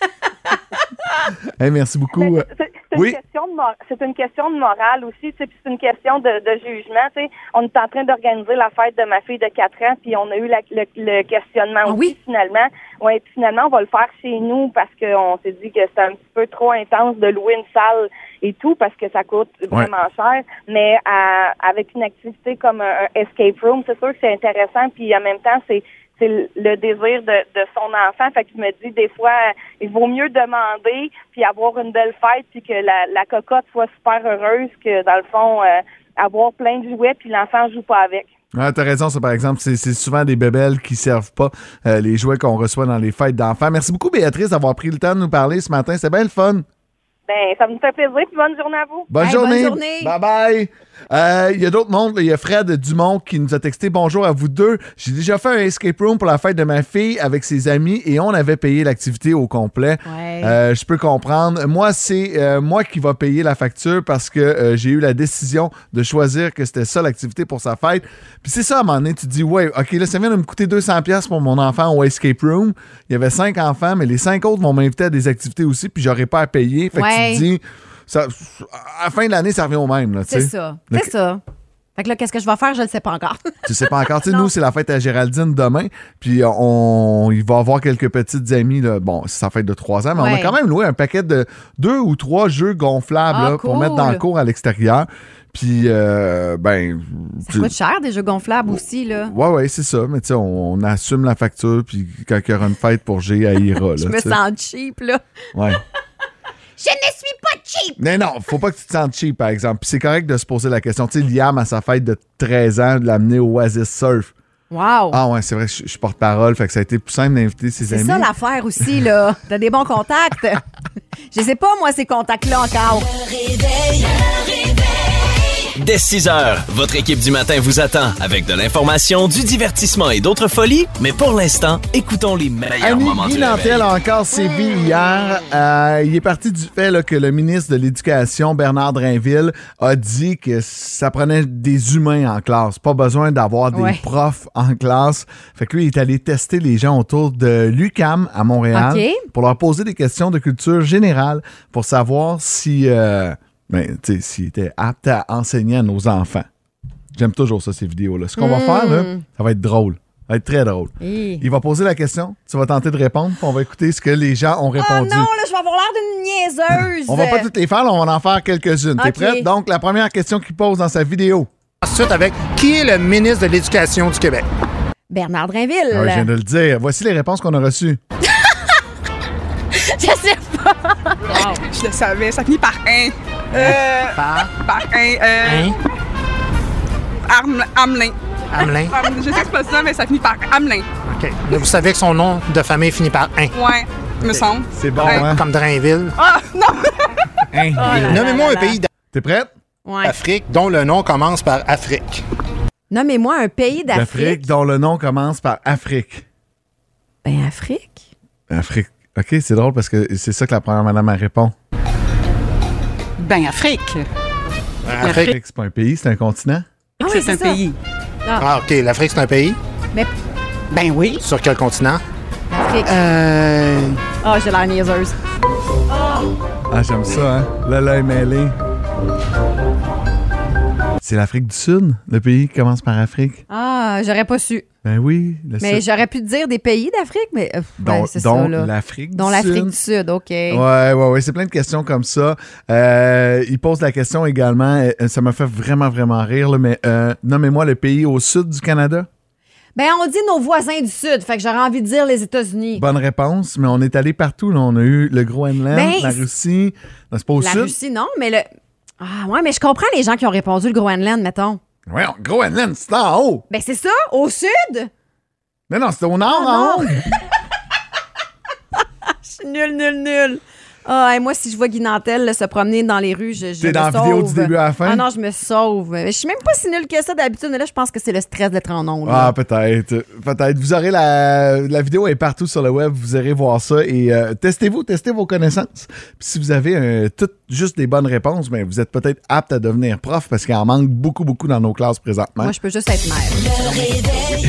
Speaker 3: Hey, merci beaucoup.
Speaker 7: Mais C'est c'est
Speaker 3: Oui.
Speaker 7: une question de mor- c'est une question de morale aussi, tu sais, puis c'est une question de, de jugement. Tu sais, on est en train d'organiser la fête de ma fille de quatre ans, puis on a eu la- le, le questionnement
Speaker 4: Ah
Speaker 7: aussi
Speaker 4: oui?
Speaker 7: finalement. Ouais, puis finalement on va le faire chez nous parce qu'on s'est dit que c'est un petit peu trop intense de louer une salle et tout parce que ça coûte vraiment cher. Mais à- avec une activité comme un, un escape room, c'est sûr que c'est intéressant, puis en même temps c'est c'est le le désir de, de son enfant. Fait que je me dis, des fois, il vaut mieux demander puis avoir une belle fête puis que la, la cocotte soit super heureuse que, dans le fond, euh, avoir plein de jouets puis l'enfant joue pas avec.
Speaker 3: Ouais, t'as raison, ça, par exemple, c'est c'est souvent des bébelles qui servent pas euh, les jouets qu'on reçoit dans les fêtes d'enfants. Merci beaucoup, Béatrice, d'avoir pris le temps de nous parler ce matin. C'est bien le fun.
Speaker 7: Ben, ça me fait plaisir puis bonne journée à vous.
Speaker 3: Bonne
Speaker 4: Hey,
Speaker 3: journée.
Speaker 4: bonne journée.
Speaker 3: Bye bye. Euh, Il y a d'autres mondes. Il y a Fred Dumont qui nous a texté bonjour à vous deux. J'ai déjà fait un escape room pour la fête de ma fille avec ses amis et on avait payé l'activité au complet.
Speaker 4: Ouais.
Speaker 3: Euh, je peux comprendre. Moi, c'est euh, moi qui va payer la facture parce que euh, j'ai eu la décision de choisir que c'était ça l'activité pour sa fête. Puis c'est ça, à un moment donné, tu te dis, ouais, OK, là, ça vient de me coûter deux cents dollars pour mon enfant au escape room. Il y avait cinq enfants, mais les cinq autres vont m'inviter à des activités aussi, puis j'aurais pas à payer. Fait que
Speaker 4: Ouais.
Speaker 3: tu te dis, ça, à la fin de l'année, ça revient au même. Là, tu
Speaker 4: C'est
Speaker 3: sais.
Speaker 4: ça.
Speaker 3: Le-
Speaker 4: C'est ça. Fait que là, qu'est-ce que je vais faire? Je ne sais pas encore.
Speaker 3: Tu sais pas encore. Tu sais,
Speaker 4: Non.
Speaker 3: nous, c'est la fête à Géraldine demain. Puis on, il va avoir quelques petites amies. Là. Bon, c'est sa fête de trois ans, mais on a
Speaker 4: Ouais.
Speaker 3: quand même loué un paquet de deux ou trois jeux gonflables
Speaker 4: Ah,
Speaker 3: là, pour
Speaker 4: cool.
Speaker 3: mettre dans le cours à l'extérieur. Puis, euh, ben.
Speaker 4: Ça
Speaker 3: tu-
Speaker 4: coûte cher, des jeux gonflables aussi, là.
Speaker 3: Ouais, ouais, c'est ça. Mais tu sais, on, on assume la facture. Puis quand il y aura une fête pour G, elle ira. Là,
Speaker 4: Je me
Speaker 3: tu sais.
Speaker 4: sens cheap, là.
Speaker 3: Ouais.
Speaker 4: Je ne suis pas cheap!
Speaker 3: Mais non, faut pas que tu te sentes cheap, par exemple. Puis c'est correct de se poser la question. Tu sais, Liam, à sa fête de treize ans, de l'amener au Oasis Surf.
Speaker 4: Wow!
Speaker 3: Ah ouais, c'est vrai, je je suis porte-parole, fait que ça a été plus simple d'inviter ses
Speaker 4: C'est
Speaker 3: amis.
Speaker 4: ça l'affaire aussi, là. T'as des bons contacts. Je sais pas, moi, ces contacts-là encore.
Speaker 6: Dès six heures, votre équipe du matin vous attend avec de l'information, du divertissement et d'autres folies. Mais pour l'instant, écoutons les meilleurs
Speaker 3: Ami
Speaker 6: moments
Speaker 3: Guy
Speaker 6: du
Speaker 3: Nantel
Speaker 6: réveil.
Speaker 3: a encore sévi hier. Euh, il est parti du fait là, que le ministre de l'Éducation, Bernard Drinville, a dit que ça prenait des humains en classe. Pas besoin d'avoir des
Speaker 4: Ouais.
Speaker 3: profs en classe. Fait que lui, il est allé tester les gens autour de l'U Q A M à Montréal
Speaker 4: OK.
Speaker 3: pour leur poser des questions de culture générale pour savoir si... Euh, ben, tu sais, s'il était apte à enseigner à nos enfants. J'aime toujours ça, ces vidéos-là. Ce qu'on va
Speaker 4: Mm.
Speaker 3: faire, là, ça va être drôle. Ça va être très drôle.
Speaker 4: Hi.
Speaker 3: Il va poser la question, tu vas tenter de répondre, puis on va écouter ce que les gens ont
Speaker 4: Oh
Speaker 3: répondu.
Speaker 4: non, là, je vais avoir l'air d'une niaiseuse.
Speaker 3: On va pas toutes les faire, là, on va en faire quelques-unes. T'es
Speaker 4: OK.
Speaker 3: prête? Donc, la première question qu'il pose dans sa vidéo.
Speaker 8: Ensuite, avec qui est le ministre de l'Éducation du Québec?
Speaker 4: Bernard Drinville.
Speaker 3: Ah, je viens de le dire. Voici les réponses qu'on a reçues.
Speaker 4: Je sais pas.
Speaker 9: Je le savais, ça finit par un. Euh,
Speaker 8: Par
Speaker 9: par un. Euh,
Speaker 8: Hein?
Speaker 9: Arm- Hamelin.
Speaker 8: Hamelin.
Speaker 9: Arm- Je sais que c'est pas ça, mais ça finit par Hamelin.
Speaker 8: OK. Là, vous savez que son nom de famille finit par un.
Speaker 9: Ouais, me semble.
Speaker 3: C'est bon,
Speaker 9: Ouais.
Speaker 3: hein?
Speaker 8: Comme Drainville.
Speaker 9: Ah, non!
Speaker 3: Hein?
Speaker 8: Nommez-moi un pays
Speaker 3: T'es prête?
Speaker 4: Ouais.
Speaker 8: d'Afrique dont le nom commence par Afrique.
Speaker 4: Nommez-moi un pays d'Afrique.
Speaker 3: D'Afrique, dont le nom commence par Afrique.
Speaker 4: Ben, Afrique.
Speaker 3: Afrique. OK, c'est drôle parce que c'est ça que la première madame elle répond.
Speaker 9: Ben, Afrique.
Speaker 8: Afrique.
Speaker 3: Afrique, c'est pas un pays, c'est un continent.
Speaker 4: Ah oui,
Speaker 9: c'est
Speaker 4: c'est
Speaker 9: un
Speaker 4: ça.
Speaker 9: pays.
Speaker 8: Ah, OK. L'Afrique, c'est un pays.
Speaker 9: Ben oui.
Speaker 8: Sur quel continent?
Speaker 4: Afrique.
Speaker 9: Euh.
Speaker 4: Ah, j'ai l'air niaiseuse.
Speaker 3: Ah, j'aime ça, hein? Là, là, est mêlé. C'est l'Afrique du Sud, le pays qui commence par Afrique.
Speaker 4: Ah, j'aurais pas su.
Speaker 3: Ben oui. Le
Speaker 4: Mais
Speaker 3: Sud.
Speaker 4: j'aurais pu te dire des pays d'Afrique, mais euh,
Speaker 3: Dont,
Speaker 4: ouais, c'est
Speaker 3: dont
Speaker 4: ça, là.
Speaker 3: l'Afrique du
Speaker 4: Dont l'Afrique
Speaker 3: Sud.
Speaker 4: du Sud, OK.
Speaker 3: Ouais, ouais, ouais. C'est plein de questions comme ça. Euh, il pose la question également, euh, ça m'a fait vraiment, vraiment rire, là, mais euh, nommez-moi le pays au sud du Canada.
Speaker 4: Ben, on dit nos voisins du Sud, fait que j'aurais envie de dire les États-Unis.
Speaker 3: Bonne réponse, mais on est allé partout. Là. On a eu le Groenland,
Speaker 4: Ben,
Speaker 3: la Russie. Non, c'est pas au
Speaker 4: La
Speaker 3: sud.
Speaker 4: Russie, non, mais le... Ah, ouais, mais je comprends les gens qui ont répondu le Groenland, mettons.
Speaker 3: Ouais, Groenland, c'est en haut.
Speaker 4: Ben, c'est ça, au Sud?
Speaker 3: Mais non, c'est au nord,
Speaker 4: Ah,
Speaker 3: en haut.
Speaker 4: non. Je suis nulle, nulle, nulle. Ah, et moi, si je vois Guy Nantel là, se promener dans les rues, je, je
Speaker 3: T'es
Speaker 4: me
Speaker 3: dans la
Speaker 4: sauve.
Speaker 3: vidéo du début à la fin?
Speaker 4: Ah non, je me sauve. Mais je suis même pas si nulle que ça d'habitude, mais là, je pense que c'est le stress d'être en ondes.
Speaker 3: Ah,
Speaker 4: là.
Speaker 3: peut-être. Peut-être. Vous aurez la... La vidéo est partout sur le web. Vous irez voir ça et euh, testez-vous, testez vos connaissances. Puis si vous avez euh, toutes juste des bonnes réponses, ben, vous êtes peut-être apte à devenir prof parce qu'il en manque beaucoup, beaucoup dans nos classes présentement.
Speaker 4: Moi, je peux juste être mère.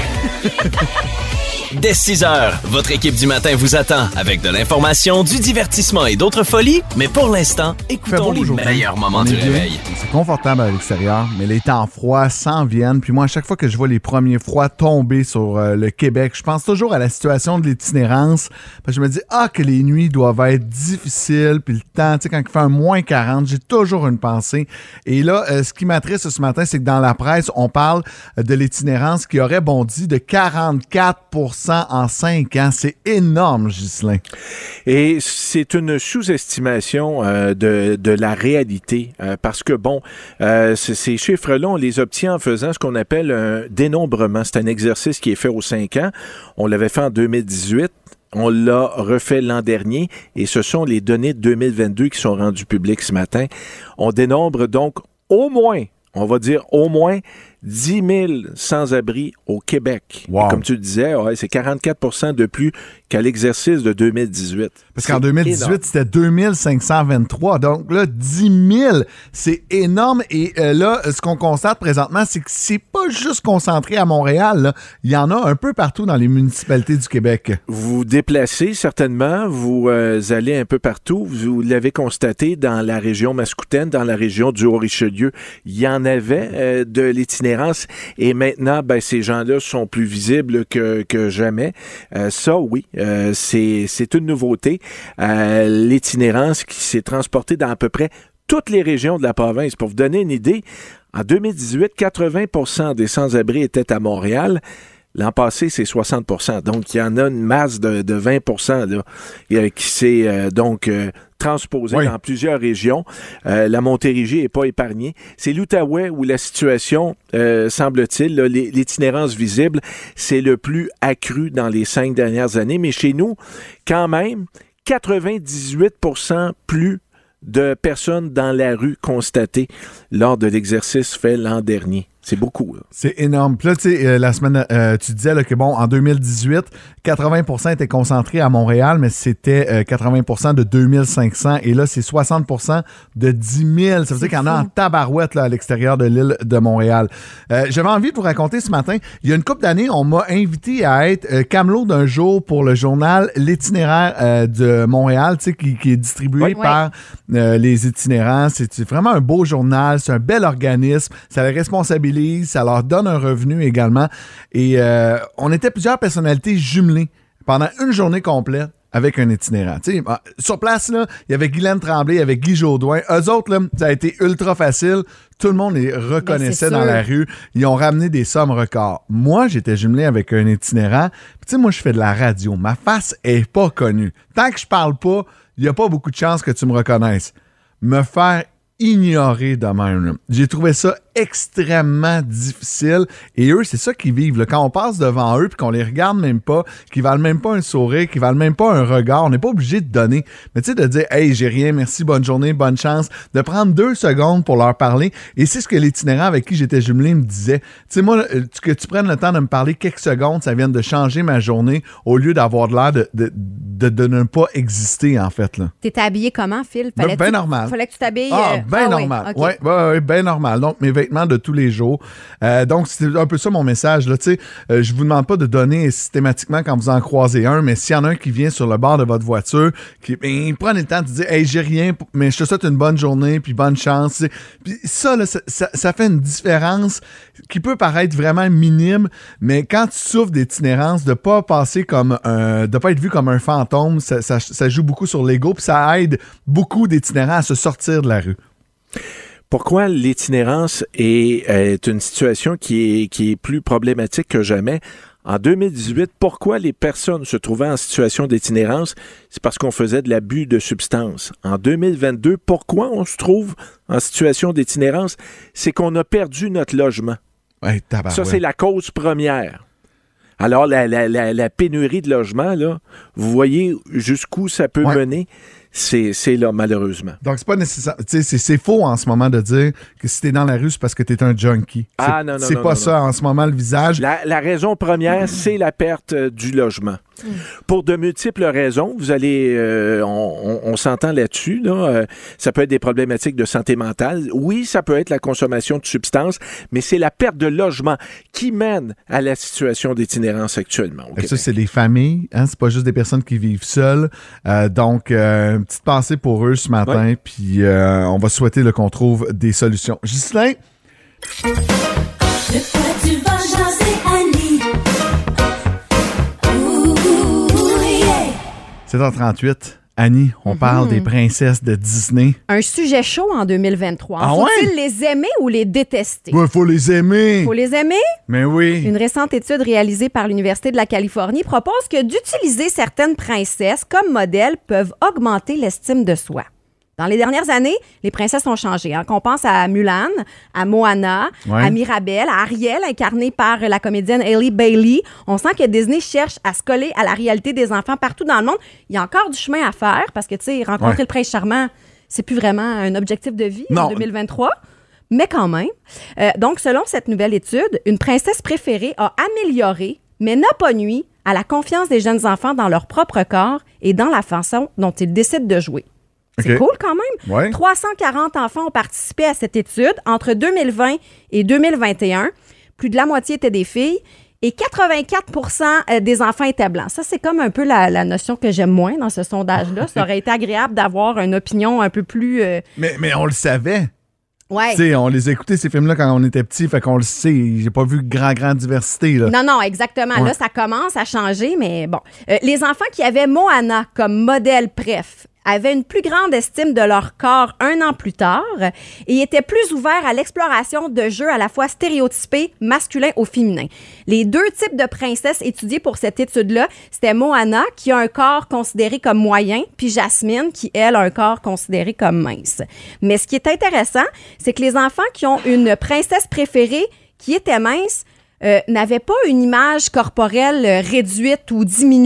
Speaker 6: Dès six heures, votre équipe du matin vous attend avec de l'information, du divertissement et d'autres folies. Mais pour l'instant,
Speaker 3: Il fait
Speaker 6: écoutons
Speaker 3: beau
Speaker 6: les
Speaker 3: aujourd'hui.
Speaker 6: meilleurs moments
Speaker 3: On
Speaker 6: du
Speaker 3: est bien.
Speaker 6: réveil.
Speaker 3: C'est confortable à l'extérieur, mais les temps froids s'en viennent. Puis moi, à chaque fois que je vois les premiers froids tomber sur euh, le Québec, je pense toujours à la situation de l'itinérance. Parce que je me dis, ah, que les nuits doivent être difficiles. Puis le temps, tu sais, quand il fait un moins quarante, j'ai toujours une pensée. Et là, euh, ce qui m'attriste ce matin, c'est que dans la presse, on parle euh, de l'itinérance qui aurait bondi de quarante-quatre pour cent en cinq ans. C'est énorme, Ghislain.
Speaker 5: Et c'est une sous-estimation euh, de, de la réalité euh, parce que, bon, euh, c- ces chiffres-là, on les obtient en faisant ce qu'on appelle un dénombrement. C'est un exercice qui est fait aux cinq ans. On l'avait fait en deux mille dix-huit. On l'a refait l'an dernier et ce sont les données de deux mille vingt-deux qui sont rendues publiques ce matin. On dénombre donc au moins, on va dire au moins dix mille sans-abri au Québec.
Speaker 3: Wow.
Speaker 5: Et comme tu le disais, ouais, c'est quarante-quatre pour cent de plus qu'à l'exercice de deux mille dix-huit.
Speaker 3: Parce qu'en
Speaker 5: C'est
Speaker 3: deux mille
Speaker 5: énorme.
Speaker 3: dix-huit, c'était deux mille cinq cent vingt-trois. Donc là, dix mille, c'est énorme. Et euh, là, ce qu'on constate présentement, c'est que c'est pas juste concentré à Montréal. Là. Il y en a un peu partout dans les municipalités du Québec.
Speaker 5: Vous vous déplacez certainement, vous euh, allez un peu partout. Vous l'avez constaté dans la région Mascoutaine, dans la région du Haut-Richelieu. Il y en avait euh, de l'itinérance et maintenant, ben, ces gens-là sont plus visibles que, que jamais. Euh, ça, oui, euh, c'est, c'est une nouveauté. Euh, l'itinérance qui s'est transportée dans à peu près toutes les régions de la province. Pour vous donner une idée, en deux mille dix-huit, quatre-vingts pour cent des sans-abri étaient à Montréal. L'an passé, c'est soixante pour cent. Donc, il y en a une masse de, de vingt pour cent là, euh, qui s'est euh, donc euh, transposée
Speaker 3: Oui.
Speaker 5: dans plusieurs régions. Euh, la Montérégie n'est pas épargnée. C'est l'Outaouais où la situation, euh, semble-t-il, là, l'é- l'itinérance visible, c'est le plus accru dans les cinq dernières années. Mais chez nous, quand même, quatre-vingt-dix-huit pour cent plus de personnes dans la rue constatées lors de l'exercice fait l'an dernier. C'est beaucoup. Là.
Speaker 3: C'est énorme. Puis là, tu sais, euh, la semaine, euh, tu disais là, que, bon, en deux mille dix-huit, quatre-vingts pour cent étaient concentrés à Montréal, mais c'était euh, quatre-vingts pour cent de deux mille cinq cents. Et là, c'est soixante pour cent de dix mille. Ça veut dire qu'il y en a en tabarouette là, à l'extérieur de l'île de Montréal. Euh, j'avais envie de vous raconter ce matin, il y a une couple d'années, on m'a invité à être euh, camelot d'un jour pour le journal L'Itinéraire euh, de Montréal, tu sais, qui, qui est distribué
Speaker 4: Oui.
Speaker 3: par euh, les itinérants. C'est, c'est vraiment un beau journal, c'est un bel organisme, ça les responsabilise, ça leur donne un revenu également. Et euh, on était plusieurs personnalités jumelées pendant une journée complète avec un itinérant. Tu sais, sur place, là, il y avait Guylaine Tremblay, il y avait Guy Jodoin. Eux autres, là, ça a été ultra facile. Tout le monde les reconnaissait
Speaker 4: Ben,
Speaker 3: dans
Speaker 4: sûr.
Speaker 3: la rue. Ils ont ramené des sommes records. Moi, j'étais jumelé avec un itinérant. Puis, tu sais, moi, je fais de la radio. Ma face est pas connue. Tant que je parle pas, il n'y a pas beaucoup de chances que tu me reconnaisses. Me faire ignorer de même. Là. J'ai trouvé ça extrêmement difficile. Et eux, c'est ça qu'ils vivent. Là. Quand on passe devant eux puis qu'on les regarde même pas, qu'ils valent même pas un sourire, qu'ils valent même pas un regard, on n'est pas obligé de donner. Mais tu sais, de dire « Hey, j'ai rien, merci, bonne journée, bonne chance », de prendre deux secondes pour leur parler. Et c'est ce que l'itinérant avec qui j'étais jumelé me disait. Tu sais, moi, que tu prennes le temps de me parler quelques secondes, ça vient de changer ma journée au lieu d'avoir de l'air de, de, de, de ne pas exister, en fait. Là.
Speaker 4: T'étais habillé comment, Phil?
Speaker 3: Ben, ben normal.
Speaker 4: Fallait que tu t'habilles...
Speaker 3: Ah,
Speaker 4: euh,
Speaker 3: bien
Speaker 4: ah,
Speaker 3: normal.
Speaker 4: Oui,
Speaker 3: Oui,
Speaker 4: okay.
Speaker 3: ouais, ouais, bien normal. Donc, mes vêtements de tous les jours. Euh, donc, c'était un peu ça mon message. Là, tu sais, euh, je vous demande pas de donner systématiquement quand vous en croisez un, mais s'il y en a un qui vient sur le bord de votre voiture, qui ben, prenez le temps de dire « Hey, j'ai rien, mais je te souhaite une bonne journée, puis bonne chance. » Tu sais. Puis ça, là, ça, ça, ça fait une différence qui peut paraître vraiment minime, mais quand tu souffres d'itinérance, de pas passer comme un, de pas être vu comme un fantôme, ça, ça, ça joue beaucoup sur l'ego, puis ça aide beaucoup d'itinérants à se sortir de la rue.
Speaker 5: Pourquoi l'itinérance est, est une situation qui est, qui est plus problématique que jamais? En deux mille dix-huit, pourquoi les personnes se trouvaient en situation d'itinérance? C'est parce qu'on faisait de l'abus de substances. En deux mille vingt-deux, pourquoi on se trouve en situation d'itinérance? C'est qu'on a perdu notre logement.
Speaker 3: Ouais, tabarouette.
Speaker 5: Ça, c'est la cause première. Alors, la, la, la, la pénurie de logement, là, vous voyez jusqu'où ça peut
Speaker 3: ouais.
Speaker 5: mener? C'est, c'est là, malheureusement.
Speaker 3: Donc, c'est pas nécessaire. Tu sais, c'est, c'est faux en ce moment de dire que si t'es dans la rue, c'est parce que t'es un junkie.
Speaker 5: Ah,
Speaker 3: c'est,
Speaker 5: non, non,
Speaker 3: C'est
Speaker 5: non,
Speaker 3: pas
Speaker 5: non,
Speaker 3: ça
Speaker 5: non.
Speaker 3: en ce moment, le visage.
Speaker 5: La, la raison première, c'est la perte euh, du logement. Mm. Pour de multiples raisons, vous allez, euh, on, on, on s'entend là-dessus, là, euh, ça peut être des problématiques de santé mentale. Oui, ça peut être la consommation de substances, mais c'est la perte de logement qui mène à la situation d'itinérance actuellement. Au
Speaker 3: ça, c'est les familles, hein? C'est pas juste des personnes qui vivent seules. Euh, donc, euh, une petite pensée pour eux ce matin, ouais. Puis euh, on va souhaiter là, qu'on trouve des solutions. Ghislain?
Speaker 2: De quoi tu vas jaser, Annie? Ouh, ouh, yeah.
Speaker 3: sept heures trente-huit. Annie, on mm-hmm. parle des princesses de Disney.
Speaker 4: Un sujet chaud en deux mille vingt-trois.
Speaker 3: Ah
Speaker 4: Faut-il
Speaker 3: ouais?
Speaker 4: les aimer ou les détester?
Speaker 3: Il ouais, faut les aimer.
Speaker 4: Faut les aimer?
Speaker 3: Mais oui.
Speaker 4: Une récente étude réalisée par l'Université de la Californie propose que d'utiliser certaines princesses comme modèles peuvent augmenter l'estime de soi. Dans les dernières années, les princesses ont changé. Hein. Qu'on pense à Mulan, à Moana, ouais. à Mirabelle, à Ariel, incarnée par la comédienne Hailey Bailey. On sent que Disney cherche à se coller à la réalité des enfants partout dans le monde. Il y a encore du chemin à faire parce que, tu sais, rencontrer ouais. le prince charmant, c'est plus vraiment un objectif de vie non. en deux mille vingt-trois. Mais quand même. Euh, donc, selon cette nouvelle étude, une princesse préférée a amélioré, mais n'a pas nui, à la confiance des jeunes enfants dans leur propre corps et dans la façon dont ils décident de jouer. C'est okay. cool quand même.
Speaker 3: Ouais.
Speaker 4: trois cent quarante enfants ont participé à cette étude entre deux mille vingt et deux mille vingt et un. Plus de la moitié étaient des filles et quatre-vingt-quatre pour cent des enfants étaient blancs. Ça, c'est comme un peu la, la notion que j'aime moins dans ce sondage-là. Ça aurait été agréable d'avoir une opinion un peu plus... Euh...
Speaker 3: Mais, mais on le savait.
Speaker 4: Ouais.
Speaker 3: T'sais, on les écoutait, ces films-là, quand on était petits, fait qu'on le sait. J'ai pas vu grand, grand diversité. Là.
Speaker 4: Non, non, exactement. Ouais. Là, ça commence à changer, mais bon. Euh, les enfants qui avaient Moana comme modèle préf avaient une plus grande estime de leur corps un an plus tard et étaient plus ouverts à l'exploration de jeux à la fois stéréotypés, masculins ou féminins. Les deux types de princesses étudiés pour cette étude-là, c'était Moana, qui a un corps considéré comme moyen, puis Jasmine, qui, elle, a un corps considéré comme mince. Mais ce qui est intéressant, c'est que les enfants qui ont une princesse préférée qui était mince euh, n'avaient pas une image corporelle réduite ou diminuée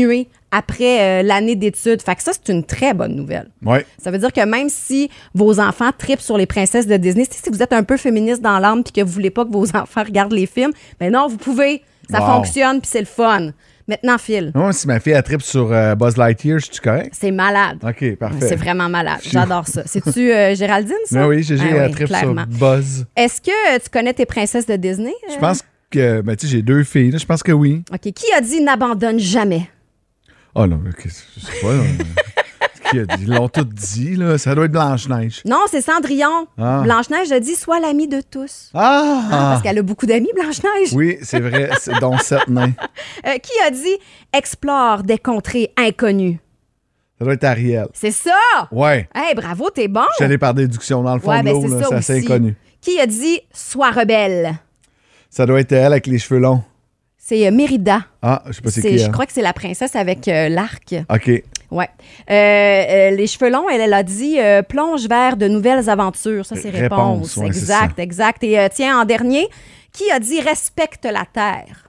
Speaker 4: après euh, l'année d'études. Fait que ça, c'est une très bonne nouvelle.
Speaker 3: Ouais.
Speaker 4: Ça veut dire que même si vos enfants tripent sur les princesses de Disney, si vous êtes un peu féministe dans l'âme puis que vous voulez pas que vos enfants regardent les films, ben non, vous pouvez. Ça
Speaker 3: Wow.
Speaker 4: fonctionne puis c'est le fun. Maintenant, Phil.
Speaker 3: Moi, si ma fille a trip sur euh, Buzz Lightyear, je suis correct?
Speaker 4: C'est malade.
Speaker 3: OK, parfait.
Speaker 4: C'est vraiment malade. J'adore ça. C'est-tu euh, Géraldine, ça?
Speaker 3: Ben oui, j'ai
Speaker 4: Ah
Speaker 3: un
Speaker 4: oui,
Speaker 3: trip
Speaker 4: clairement.
Speaker 3: sur Buzz.
Speaker 4: Est-ce que tu connais tes princesses de Disney?
Speaker 3: Je pense que, ben, tu sais, j'ai deux filles, là, je pense que oui.
Speaker 4: OK. Qui a dit n'abandonne jamais?
Speaker 3: Oh non, OK, je sais pas. Là. Qui a dit? Ils l'ont tout dit, là. Ça doit être Blanche-Neige.
Speaker 4: Non, c'est Cendrillon.
Speaker 3: Ah.
Speaker 4: Blanche-Neige a dit sois l'ami de tous.
Speaker 3: Ah!
Speaker 4: Ah, parce qu'elle a beaucoup d'amis, Blanche-Neige.
Speaker 3: Oui, c'est vrai, c'est dont sept nains.
Speaker 4: Euh, qui a dit explore des contrées inconnues?
Speaker 3: Ça doit être Ariel.
Speaker 4: C'est ça!
Speaker 3: Ouais.
Speaker 4: Hey, bravo, t'es bon!
Speaker 3: Je suis allé par déduction. Dans le fond
Speaker 4: Ouais,
Speaker 3: de
Speaker 4: ben
Speaker 3: l'eau,
Speaker 4: c'est
Speaker 3: là,
Speaker 4: ça
Speaker 3: c'est assez
Speaker 4: aussi.
Speaker 3: inconnu.
Speaker 4: Qui a dit sois rebelle?
Speaker 3: Ça doit être elle avec les cheveux longs.
Speaker 4: C'est euh, Mérida.
Speaker 3: Ah, je sais pas c'est
Speaker 4: C'est-
Speaker 3: qui.
Speaker 4: je
Speaker 3: elle.
Speaker 4: crois que c'est la princesse avec euh, l'arc.
Speaker 3: OK.
Speaker 4: Ouais. Euh, euh, les cheveux longs, elle, elle a dit euh, plonge vers de nouvelles aventures. Ça, c'est réponse.
Speaker 3: Réponse, ouais, c'est
Speaker 4: exact,
Speaker 3: ça.
Speaker 4: exact. Et euh, tiens, en dernier, qui a dit respecte la terre?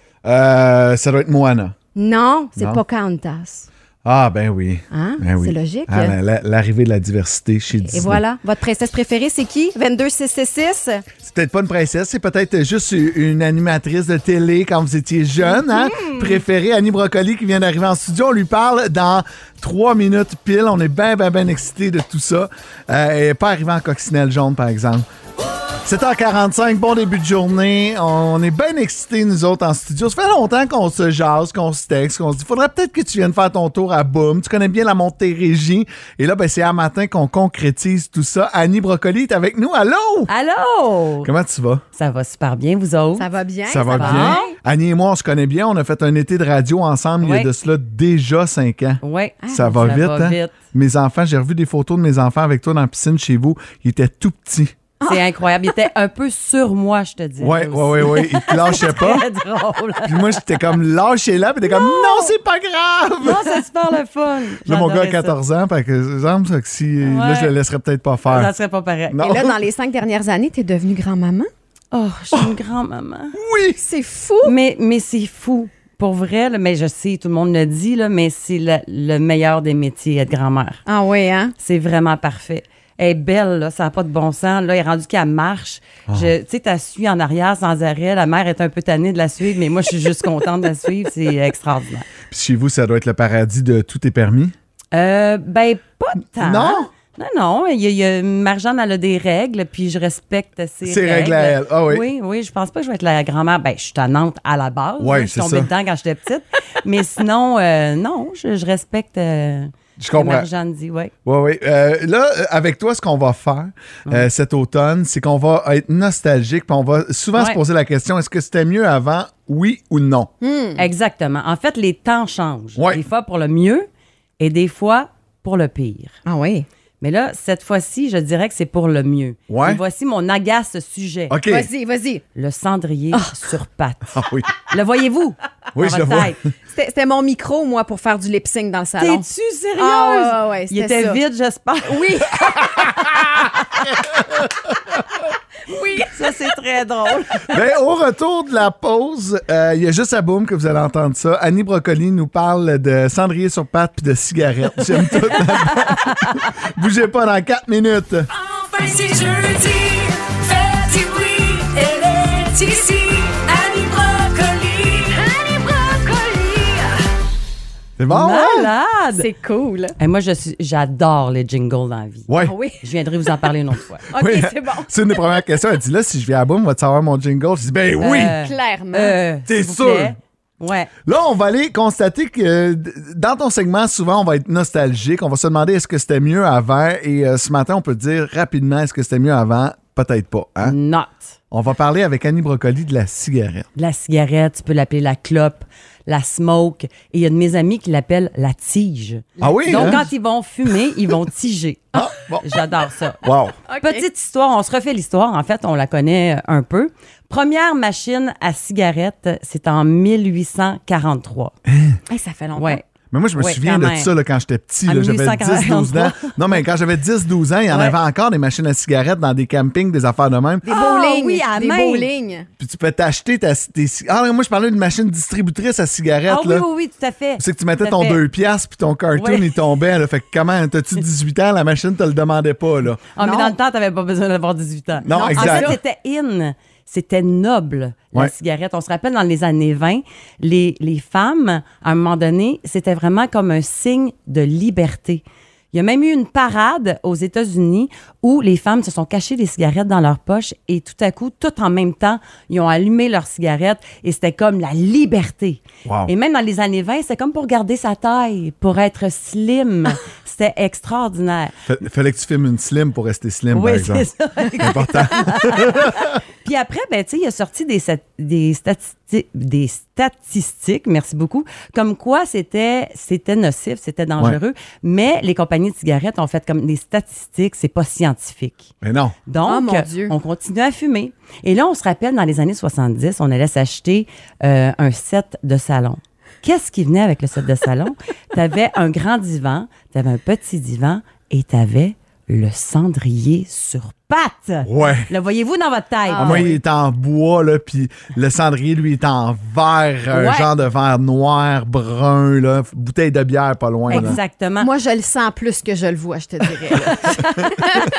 Speaker 3: Euh, ça doit être Moana.
Speaker 4: Non, c'est
Speaker 3: Non.
Speaker 4: Pocahontas.
Speaker 3: Ah, ben oui.
Speaker 4: Hein?
Speaker 3: Ben oui.
Speaker 4: C'est logique.
Speaker 3: Ah, la- la- L'arrivée de la diversité chez Disney.
Speaker 4: Et voilà. Votre princesse préférée, c'est qui? vingt-deux six six six?
Speaker 3: C'est peut-être pas une princesse, c'est peut-être juste une animatrice de télé quand vous étiez jeune, hein?
Speaker 4: Mm-hmm.
Speaker 3: Préférée, Annie Brocoli, qui vient d'arriver en studio. On lui parle dans trois minutes pile. On est bien, bien, bien excités de tout ça. Euh, elle n'est pas arrivée en coccinelle jaune, par exemple. sept heures quarante-cinq, bon début de journée. On est bien excités, nous autres, en studio. Ça fait longtemps qu'on se jase, qu'on se texte, qu'on se dit faudrait peut-être que tu viennes faire ton tour à Boom. Tu connais bien la Montérégie. Et là, ben, c'est à matin qu'on concrétise tout ça. Annie Brocoli est avec nous. Allô?
Speaker 10: Allô?
Speaker 3: Comment tu vas?
Speaker 10: Ça va super bien, vous autres?
Speaker 4: Ça va bien?
Speaker 3: Ça va bien. Annie et moi, on se connaît bien. On a fait un été de radio ensemble il y
Speaker 10: Ouais.
Speaker 3: a de cela déjà cinq ans.
Speaker 10: Oui.
Speaker 3: Ça va
Speaker 10: ça
Speaker 3: vite,
Speaker 10: va
Speaker 3: hein?
Speaker 10: vite.
Speaker 3: Mes enfants, j'ai revu des photos de mes enfants avec toi dans la piscine chez vous. Ils étaient tout petits.
Speaker 10: C'est incroyable. Il était un peu sur moi, je te dis.
Speaker 3: Ouais, ouais, ouais, ouais. Ils te lâchaient pas.
Speaker 10: Très drôle.
Speaker 3: Puis moi, j'étais comme lâché là, puis t'es comme non, c'est pas grave.
Speaker 10: Non, c'est super le fun.
Speaker 3: Là, mon gars a
Speaker 10: J'adorais ça.
Speaker 3: quatorze ans, fait que, exemple, ça que si, là,
Speaker 10: Ouais.
Speaker 3: je le laisserais peut-être pas faire.
Speaker 10: Ça serait pas pareil.
Speaker 3: Non.
Speaker 4: Et là, dans les cinq dernières années, t'es devenue grand-maman?
Speaker 10: Oh, je suis une grand-maman.
Speaker 3: Oui!
Speaker 4: C'est fou!
Speaker 10: Mais, mais c'est fou. Pour vrai, là, mais je sais, tout le monde le dit, là, mais c'est le, le meilleur des métiers, être grand-mère.
Speaker 4: Ah oui, hein?
Speaker 10: C'est vraiment parfait. Elle est belle, là, ça n'a pas de bon sens. Là, elle est rendue qu'elle marche. Je- Tu sais, tu la suis en arrière sans arrêt. La mère est un peu tannée de la suivre, mais moi, je suis juste contente de la suivre. C'est extraordinaire.
Speaker 3: Puis chez vous, ça doit être le paradis de tout est permis.
Speaker 10: Euh, ben, pas tant.
Speaker 3: Non?
Speaker 10: Non, non. Il y a, il y a, Marjane, elle a des règles, puis je respecte ses
Speaker 3: Ses
Speaker 10: règles.
Speaker 3: règles à elle. Ah oui.
Speaker 10: Oui, oui. Je pense pas que je vais être la grand-mère. Ben, je suis tannante à la base.
Speaker 3: Ouais,
Speaker 10: là. Je suis
Speaker 3: c'est
Speaker 10: tombée
Speaker 3: ça.
Speaker 10: dedans quand j'étais petite. Mais sinon, euh, non, je, je respecte euh,
Speaker 3: Je
Speaker 10: ce que
Speaker 3: comprends.
Speaker 10: Marjane dit, oui.
Speaker 3: Oui, oui. Euh, là, euh, avec toi, ce qu'on va faire euh, cet automne, c'est qu'on va être nostalgique, puis on va souvent se
Speaker 10: Ouais.
Speaker 3: poser la question, est-ce que c'était mieux avant, oui ou non?
Speaker 10: Exactement. En fait, les temps changent.
Speaker 3: Ouais.
Speaker 10: Des fois pour le mieux et des fois pour le pire.
Speaker 4: Ah oui.
Speaker 10: Mais là, cette fois-ci, je dirais que c'est pour le mieux.
Speaker 3: Ouais.
Speaker 10: Et voici mon agace sujet.
Speaker 3: OK.
Speaker 4: Vas-y, vas-y.
Speaker 10: Le cendrier sur pattes.
Speaker 3: Ah oui.
Speaker 10: Le voyez-vous?
Speaker 3: Oui,
Speaker 10: Dans
Speaker 3: je le
Speaker 10: votre
Speaker 3: vois.
Speaker 10: tête.
Speaker 4: C'était c'était mon micro, moi, pour faire du lip-sync dans le salon.
Speaker 10: T'es-tu sérieuse?
Speaker 4: Ah ouais, ouais,
Speaker 10: Il
Speaker 4: c'était
Speaker 10: était
Speaker 4: ça.
Speaker 10: vide, j'espère.
Speaker 4: Oui.
Speaker 10: Oui. Ça, c'est très drôle.
Speaker 3: Ben, au retour de la pause, euh, il y a juste à Boom que vous allez entendre ça. Annie Brocoli nous parle de cendrier sur pattes puis de cigarettes. J'aime tout là-dedans. Bougez pas dans quatre minutes.
Speaker 2: Enfin c'est jeudi, faites du bruit, elle est ici, Annie Brocoli. Annie Brocoli.
Speaker 3: C'est bon, hein?
Speaker 10: Malade.
Speaker 4: C'est cool.
Speaker 10: Et moi, je suis, j'adore les jingles dans la vie.
Speaker 3: Ouais.
Speaker 4: Ah oui.
Speaker 10: Je viendrai vous en parler une autre fois.
Speaker 4: OK,
Speaker 3: Oui.
Speaker 4: c'est bon.
Speaker 3: C'est une des premières questions. Elle dit là, si je viens à Boom, va-tu savoir mon jingle? Je dis ben oui.
Speaker 10: Euh,
Speaker 4: Clairement.
Speaker 10: euh,
Speaker 3: T'es
Speaker 10: s'il vous
Speaker 3: sûr?
Speaker 10: plaît. Ouais.
Speaker 3: Là, on va aller constater que euh, d- dans ton segment, souvent, on va être nostalgique. On va se demander est-ce que c'était mieux avant. Et euh, ce matin, on peut dire rapidement est-ce que c'était mieux avant? Peut-être pas. Hein?
Speaker 10: Not.
Speaker 3: On va parler avec Annie Brocoli de la cigarette.
Speaker 10: La cigarette, tu peux l'appeler la clope, la smoke. Et il y a de mes amis qui l'appellent la tige.
Speaker 3: Ah oui?
Speaker 10: Donc,
Speaker 3: hein?
Speaker 10: quand ils vont fumer, ils vont tiger.
Speaker 3: Ah, bon.
Speaker 10: J'adore ça.
Speaker 3: Wow.
Speaker 4: OK.
Speaker 10: Petite histoire, on se refait l'histoire. En fait, on la connaît euh, un peu. Première machine à cigarette, c'est en mille huit cent quarante-trois.
Speaker 4: Hey, ça fait longtemps.
Speaker 10: Ouais.
Speaker 3: Mais moi, je me
Speaker 10: Oui,
Speaker 3: souviens
Speaker 10: quand
Speaker 3: de
Speaker 10: même.
Speaker 3: ça là, quand j'étais petit.
Speaker 10: En
Speaker 3: Là, j'avais
Speaker 10: mille huit cent
Speaker 3: dix douze ans. Non, mais quand j'avais dix douze ans, il y en
Speaker 10: Ouais.
Speaker 3: avait encore des machines à cigarettes dans des campings, des affaires de même.
Speaker 4: Des
Speaker 10: Ah,
Speaker 4: bowling.
Speaker 10: oui, à
Speaker 4: des
Speaker 10: main.
Speaker 4: bowling.
Speaker 3: Puis tu peux t'acheter ta, tes... Ah, moi, je parlais d'une machine distributrice à cigarettes.
Speaker 10: Ah oui,
Speaker 3: là.
Speaker 10: oui, oui, tout à fait.
Speaker 3: C'est que tu mettais
Speaker 10: Tout à
Speaker 3: ton
Speaker 10: fait.
Speaker 3: deux piastres puis ton cartoon,
Speaker 10: Ouais.
Speaker 3: il tombait. Là. Fait que comment, t'as-tu dix-huit ans, la machine te le demandait pas, là.
Speaker 10: Ah, mais
Speaker 4: Non.
Speaker 10: dans le temps, t'avais pas besoin d'avoir dix-huit ans.
Speaker 3: Non,
Speaker 10: En
Speaker 3: exact.
Speaker 10: fait, c'était in. C'était noble, la
Speaker 3: Ouais.
Speaker 10: cigarette. On se rappelle, dans les années vingt, les, les femmes, à un moment donné, c'était vraiment comme un signe de liberté. Il y a même eu une parade aux États-Unis où les femmes se sont cachées des cigarettes dans leur poche et tout à coup, tout en même temps, ils ont allumé leurs cigarettes et c'était comme la liberté.
Speaker 3: Wow.
Speaker 10: Et même dans les années vingt, c'était comme pour garder sa taille, pour être slim. C'était extraordinaire.
Speaker 3: Fa- Fallait que tu filmes une slim pour rester slim, par
Speaker 10: Oui,
Speaker 3: exemple.
Speaker 10: c'est ça.
Speaker 3: C'est important.
Speaker 10: Puis après, ben, tu sais, il a sorti des, sat- des, statistiques, des statistiques, merci beaucoup, comme quoi c'était, c'était nocif, c'était dangereux, mais les compagnies de cigarettes ont fait comme des statistiques, c'est pas scientifique.
Speaker 3: Mais non.
Speaker 10: Donc,
Speaker 4: Oh, mon Dieu.
Speaker 10: on continue à fumer. Et là, on se rappelle, dans les années soixante-dix, on allait s'acheter euh, un set de salon. Qu'est-ce qui venait avec le set de salon? Tu avais un grand divan, tu avais un petit divan et tu avais le cendrier sur pattes.
Speaker 3: Ouais.
Speaker 10: Le voyez-vous dans votre tête?
Speaker 3: Ah, moi, il est en bois, là, puis le cendrier, lui, est en verre, un
Speaker 10: Ouais.
Speaker 3: genre de verre noir, brun, là, bouteille de bière pas loin. Là.
Speaker 10: Exactement.
Speaker 4: Moi, je le sens plus que je le vois, je te dirais. là.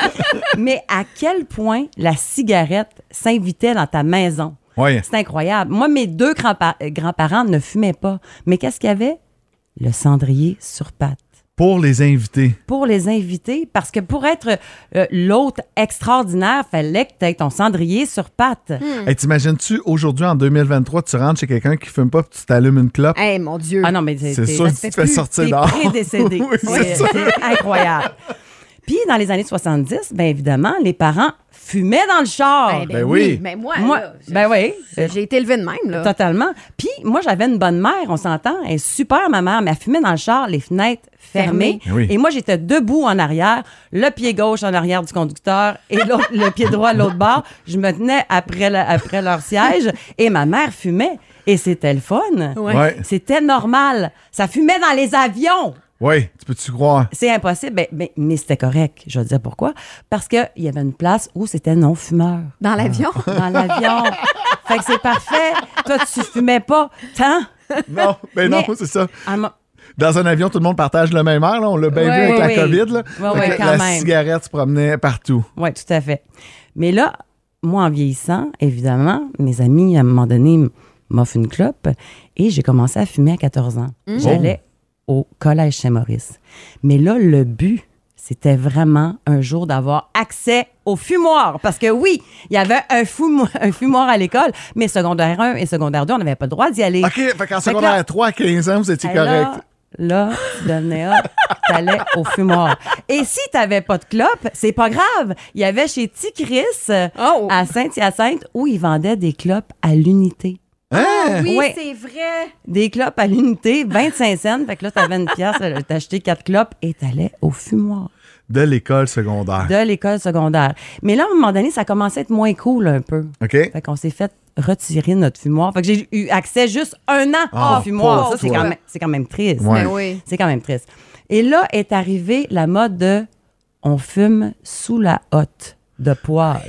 Speaker 10: Mais à quel point la cigarette s'invitait dans ta maison?
Speaker 3: Ouais.
Speaker 10: C'est incroyable. Moi, mes deux grands-pa- euh, grands-parents ne fumaient pas. Mais qu'est-ce qu'il y avait? Le cendrier sur pattes.
Speaker 3: Pour les invités.
Speaker 10: Pour les invités, parce que pour être euh, l'hôte extraordinaire, fallait que tu aies ton cendrier sur pattes.
Speaker 3: Hey, t'imagines-tu, aujourd'hui, en deux mille vingt-trois, tu rentres chez quelqu'un qui fume pas puis tu t'allumes une clope?
Speaker 4: Hey, mon Dieu.
Speaker 10: Ah non, mais c'est
Speaker 3: C'est
Speaker 10: c'est-
Speaker 3: sûr
Speaker 10: ça
Speaker 3: que
Speaker 10: se
Speaker 3: tu
Speaker 10: fait
Speaker 3: te fais
Speaker 10: plus.
Speaker 3: sortir
Speaker 10: T'es
Speaker 3: dehors.
Speaker 10: prédécédé.
Speaker 3: Oui, c'est
Speaker 10: c'est
Speaker 3: ça.
Speaker 10: c'est incroyable. Puis, dans les années soixante-dix, bien évidemment, les parents fumaient dans le char.
Speaker 4: Eh
Speaker 3: Ben oui.
Speaker 4: Mais moi,
Speaker 10: Moi,
Speaker 4: là, je-
Speaker 10: ben oui.
Speaker 4: j'ai été élevée de même. Là.
Speaker 10: Totalement. Puis, moi, j'avais une bonne mère, on s'entend. Elle est super, ma mère, mais elle fumait dans le char, les fenêtres fermées.
Speaker 3: Fermées. Oui.
Speaker 10: Et moi, j'étais debout en arrière, le pied gauche en arrière du conducteur et l'autre- le pied droit à l'autre bord. Je me tenais après, la- après leur siège et ma mère fumait. Et c'était le fun.
Speaker 4: Ouais.
Speaker 3: Ouais.
Speaker 10: C'était normal. Ça fumait dans les avions.
Speaker 3: Oui, tu peux-tu croire?
Speaker 10: C'est impossible, ben, ben, mais c'était correct. Je vais te dire pourquoi. Parce qu'il y avait une place où c'était non-fumeur.
Speaker 4: Dans l'avion?
Speaker 10: Dans l'avion. Fait que c'est parfait. Toi, tu fumais pas tant.
Speaker 3: Non, ben non,
Speaker 10: Mais-
Speaker 3: c'est ça.
Speaker 10: À mo-
Speaker 3: Dans un avion, tout le monde partage le même air. Là. On l'a bien
Speaker 4: Ouais,
Speaker 3: vu avec
Speaker 10: oui,
Speaker 3: la
Speaker 10: oui.
Speaker 3: COVID. Là.
Speaker 10: Ouais,
Speaker 3: Fait
Speaker 10: ouais,
Speaker 3: que
Speaker 10: quand
Speaker 3: la
Speaker 10: même.
Speaker 3: cigarette se promenait partout.
Speaker 10: Oui, tout à fait. Mais là, moi, en vieillissant, évidemment, mes amis, à un moment donné, m- m'offrent une clope et j'ai commencé à fumer à quatorze ans. J'allais au Collège Saint-Maurice. Mais là, le but, c'était vraiment un jour d'avoir accès au fumoir. Parce que oui, il y avait un, fumo- un fumoir à l'école, mais secondaire un et secondaire deux, on n'avait pas le droit d'y aller.
Speaker 3: OK, fait qu'en
Speaker 10: Fait que
Speaker 3: secondaire
Speaker 10: là-
Speaker 3: trois à quinze ans, vous étiez
Speaker 10: Et
Speaker 3: correct.
Speaker 10: Là, là, tu devenais hot, t'allais au fumoir. Et si t'avais pas de clope, c'est pas grave. Il y avait chez T. Chris, euh,
Speaker 4: Oh.
Speaker 10: à Saint-Hyacinthe, où ils vendaient des clopes à l'unité.
Speaker 3: Hein?
Speaker 4: Oui,
Speaker 10: Ouais.
Speaker 4: c'est vrai.
Speaker 10: Des clopes à l'unité, vingt-cinq cents. Fait que là, t'avais une pièce, t'as acheté quatre clopes et t'allais au fumoir
Speaker 3: De l'école secondaire.
Speaker 10: de l'école secondaire. Mais là, à un moment donné, ça commençait à être moins cool un peu.
Speaker 3: OK?
Speaker 10: Fait qu'on s'est fait retirer notre fumoir. Fait que j'ai eu accès juste un an
Speaker 3: Ah,
Speaker 10: au fumoir.
Speaker 3: pauvre
Speaker 10: Ça, c'est
Speaker 3: toi.
Speaker 10: quand, même- c'est quand même triste.
Speaker 3: Ouais.
Speaker 4: Ben oui.
Speaker 10: C'est quand même triste. Et là est arrivée la mode de on fume sous la hotte de poêle.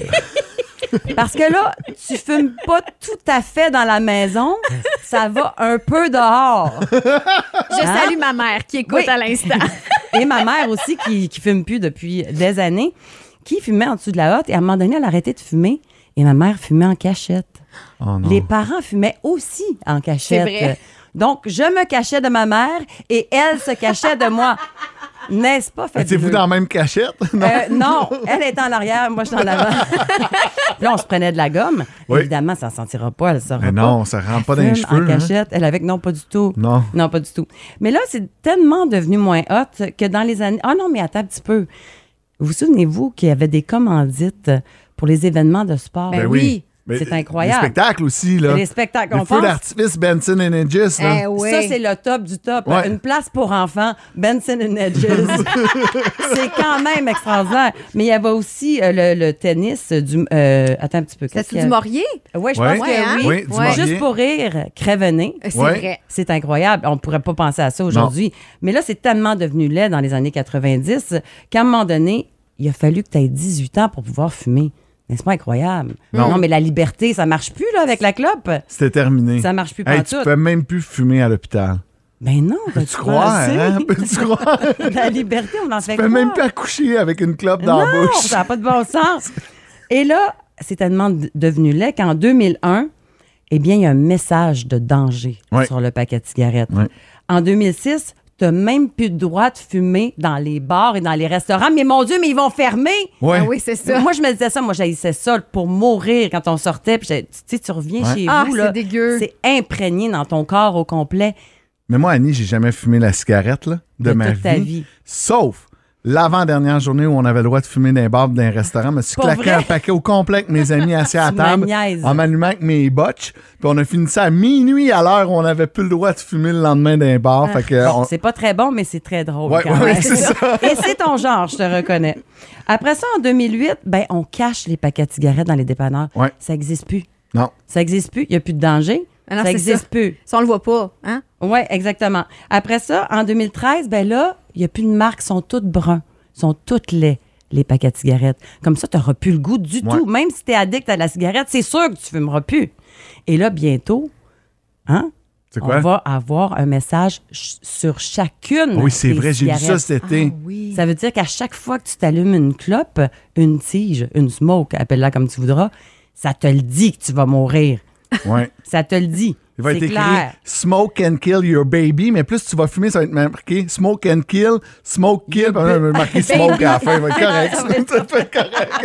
Speaker 10: Parce que là, tu fumes pas tout à fait dans la maison, ça va un peu dehors.
Speaker 4: Je
Speaker 10: Hein?
Speaker 4: salue ma mère qui écoute
Speaker 10: Oui.
Speaker 4: à l'instant.
Speaker 10: Et ma mère aussi, qui, qui fume plus depuis des années, qui fumait en dessous de la hotte. Et à un moment donné, elle a arrêté de fumer. Et ma mère fumait en cachette.
Speaker 3: Oh non.
Speaker 10: Les parents fumaient aussi en cachette.
Speaker 4: C'est vrai.
Speaker 10: Donc, je me cachais de ma mère et elle se cachait de moi. N'est-ce pas fabuleux?
Speaker 3: Étiez-vous dans la même cachette? Non.
Speaker 10: Euh, non, elle est en arrière, moi je suis en avant. Puis là, on se prenait de la gomme.
Speaker 3: Oui.
Speaker 10: Évidemment, ça ne sentira pas, elle ne saura
Speaker 3: Mais
Speaker 10: pas.
Speaker 3: non, ça rentre pas dans les
Speaker 10: Fume
Speaker 3: cheveux.
Speaker 10: en
Speaker 3: hein?
Speaker 10: cachette, elle avec, non, pas du tout.
Speaker 3: Non.
Speaker 10: Non, pas du tout. Mais là, c'est tellement devenu moins hot que dans les années... Ah non, mais attends un petit peu. Vous vous souvenez-vous qu'il y avait des commandites pour les événements de sport?
Speaker 3: Ben
Speaker 4: Ben
Speaker 3: oui.
Speaker 4: oui.
Speaker 3: Mais
Speaker 10: c'est incroyable.
Speaker 3: Les spectacles aussi, là.
Speaker 10: Les spectacles, on
Speaker 3: Le feu
Speaker 10: pense.
Speaker 3: d'artifice Benson and Hedges, là.
Speaker 4: Eh oui.
Speaker 10: Ça, c'est le top du top.
Speaker 3: Ouais.
Speaker 10: Une place pour enfants, Benson and Hedges. C'est quand même extraordinaire. Mais il y avait aussi euh, le, le tennis du... euh, attends un petit peu.
Speaker 4: C'est du Maurier?
Speaker 10: Oui, je
Speaker 3: Ouais.
Speaker 10: pense
Speaker 4: Ouais,
Speaker 10: que
Speaker 4: hein?
Speaker 10: oui.
Speaker 3: Oui, du
Speaker 4: Ouais.
Speaker 3: Maurier.
Speaker 10: Juste pour rire, Crévenay.
Speaker 4: C'est
Speaker 3: Ouais.
Speaker 4: vrai.
Speaker 10: C'est incroyable. On ne pourrait pas penser à ça aujourd'hui. Mais là, c'est tellement devenu laid dans les années quatre-vingt-dix qu'à un moment donné, il a fallu que tu aies dix-huit ans pour pouvoir fumer. N'est-ce pas incroyable?
Speaker 3: Non.
Speaker 10: mais la liberté, ça marche plus là, avec la clope.
Speaker 3: C'était terminé.
Speaker 10: Ça marche plus
Speaker 3: Hey,
Speaker 10: pantoute.
Speaker 3: tu peux même plus fumer à l'hôpital.
Speaker 10: Ben non,
Speaker 3: Peux-tu
Speaker 10: peux-tu
Speaker 3: croire, hein? Peux-tu croire?
Speaker 10: La liberté, on en fait
Speaker 3: Tu peux
Speaker 10: quoi?
Speaker 3: même plus accoucher avec une clope dans la
Speaker 10: Non,
Speaker 3: bouche.
Speaker 10: ça n'a pas de bon sens. Et là, c'est tellement d- devenu laid qu'en deux mille un, eh bien, il y a un message de danger
Speaker 3: Ouais.
Speaker 10: sur le paquet de cigarettes.
Speaker 3: Ouais.
Speaker 10: En deux mille six, tu n'as même plus le droit de fumer dans les bars et dans les restaurants. Mais mon Dieu, mais ils vont fermer!
Speaker 3: Ouais.
Speaker 4: Ah oui, c'est ça.
Speaker 10: Moi, je me disais ça. Moi, j'haïssais ça pour mourir quand on sortait. Puis, j'ai- tu sais, tu reviens
Speaker 3: Ouais.
Speaker 10: chez
Speaker 4: Ah,
Speaker 10: vous.
Speaker 4: c'est
Speaker 10: là,
Speaker 4: dégueu.
Speaker 10: C'est imprégné dans ton corps au complet.
Speaker 3: Mais moi, Annie, j'ai jamais fumé la cigarette là, de,
Speaker 10: De
Speaker 3: ma
Speaker 10: toute
Speaker 3: vie.
Speaker 10: ta vie.
Speaker 3: Sauf l'avant-dernière journée où on avait le droit de fumer dans les bars, dans les restaurants. Je me suis
Speaker 10: Pas
Speaker 3: claqué
Speaker 10: vrai?
Speaker 3: un paquet au complet avec mes amis assis à
Speaker 10: Tu
Speaker 3: table
Speaker 10: me niaises.
Speaker 3: en m'allumant avec mes botches. Puis on a fini ça à minuit à l'heure où on n'avait plus le droit de fumer le lendemain dans les bars. Fait que,
Speaker 10: Bon,
Speaker 3: on-
Speaker 10: c'est pas très bon, mais c'est très drôle.
Speaker 3: Ouais,
Speaker 10: quand
Speaker 3: ouais,
Speaker 10: même.
Speaker 3: c'est ça.
Speaker 10: Et c'est ton genre, je te reconnais. Après ça, en deux mille huit, ben, on cache les paquets de cigarettes dans les dépanneurs.
Speaker 3: Ouais.
Speaker 10: Ça n'existe plus.
Speaker 3: Non.
Speaker 10: Ça n'existe plus. Il n'y a plus de danger.
Speaker 4: Ah non,
Speaker 10: ça
Speaker 4: c'est
Speaker 10: n'existe
Speaker 4: ça.
Speaker 10: plus.
Speaker 4: Si on le voit pas, hein?
Speaker 10: Oui, exactement. Après ça, en deux mille treize, ben là, il n'y a plus de marques, sont toutes bruns, sont toutes laids, les paquets de cigarettes. Comme ça, tu n'auras plus le goût du
Speaker 3: Ouais.
Speaker 10: tout. Même si tu es addict à la cigarette, c'est sûr que tu ne fumeras plus. Et là, bientôt, hein?
Speaker 3: C'est quoi?
Speaker 10: On va avoir un message ch- sur chacune.
Speaker 3: Oui, c'est
Speaker 10: des
Speaker 3: vrai, j'ai lu ça
Speaker 10: cigarettes.
Speaker 3: cet été.
Speaker 4: oui.
Speaker 10: Ça veut dire qu'à chaque fois que tu t'allumes une clope, une tige, une smoke, appelle-la comme tu voudras, ça te le dit que tu vas mourir.
Speaker 3: Ouais.
Speaker 10: Ça te le dit.
Speaker 3: Il va
Speaker 10: C'est
Speaker 3: être écrit
Speaker 10: clair.
Speaker 3: Smoke and kill your baby, mais plus tu vas fumer, ça va être marqué Smoke and kill, smoke kill, puis on va marquer smoke à la fin. Ça va être correct. Ça va être correct.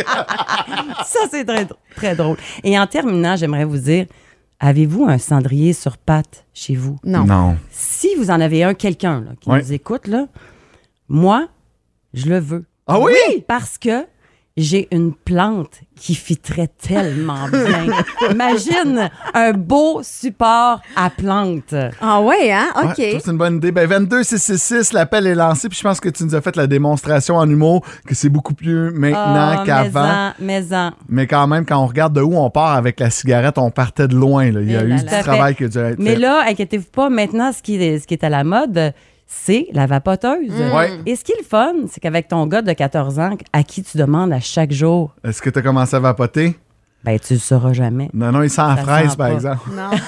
Speaker 10: Ça, c'est très, très drôle. Et en terminant, j'aimerais vous dire, avez-vous un cendrier sur pattes chez vous?
Speaker 4: Non.
Speaker 3: Non.
Speaker 10: Si vous en avez un, quelqu'un là, qui
Speaker 3: Ouais.
Speaker 10: nous écoute, là, moi, je le veux.
Speaker 3: Ah oui?
Speaker 10: Parce que j'ai une plante qui fitterait tellement bien. Imagine un beau support à plante.
Speaker 4: Ah ouais, hein? OK.
Speaker 3: Ouais, ça, c'est une bonne idée. Ben, vingt-deux six six six, l'appel est lancé. Puis je pense que tu nous as fait la démonstration en humour que c'est beaucoup plus maintenant
Speaker 10: Ah,
Speaker 3: qu'avant.
Speaker 10: Mais en,
Speaker 3: Mais quand même, quand on regarde de où on part avec la cigarette, on partait de loin. Là. Il y a
Speaker 10: Eh
Speaker 3: eu
Speaker 10: là
Speaker 3: du
Speaker 10: là.
Speaker 3: travail qui a dû être
Speaker 10: Mais
Speaker 3: fait.
Speaker 10: là, inquiétez-vous pas, maintenant, ce qui est, ce qui est à la mode, c'est la vapoteuse.
Speaker 3: Ouais.
Speaker 10: Et ce qui est le fun, c'est qu'avec ton gars de quatorze ans, à qui tu demandes à chaque jour,
Speaker 3: Est-ce que tu as commencé à vapoter?
Speaker 10: ben tu le sauras jamais.
Speaker 3: Non, non, il sent la
Speaker 10: Ça
Speaker 3: fraise,
Speaker 10: sent
Speaker 3: par
Speaker 10: pas.
Speaker 3: exemple.
Speaker 4: Non.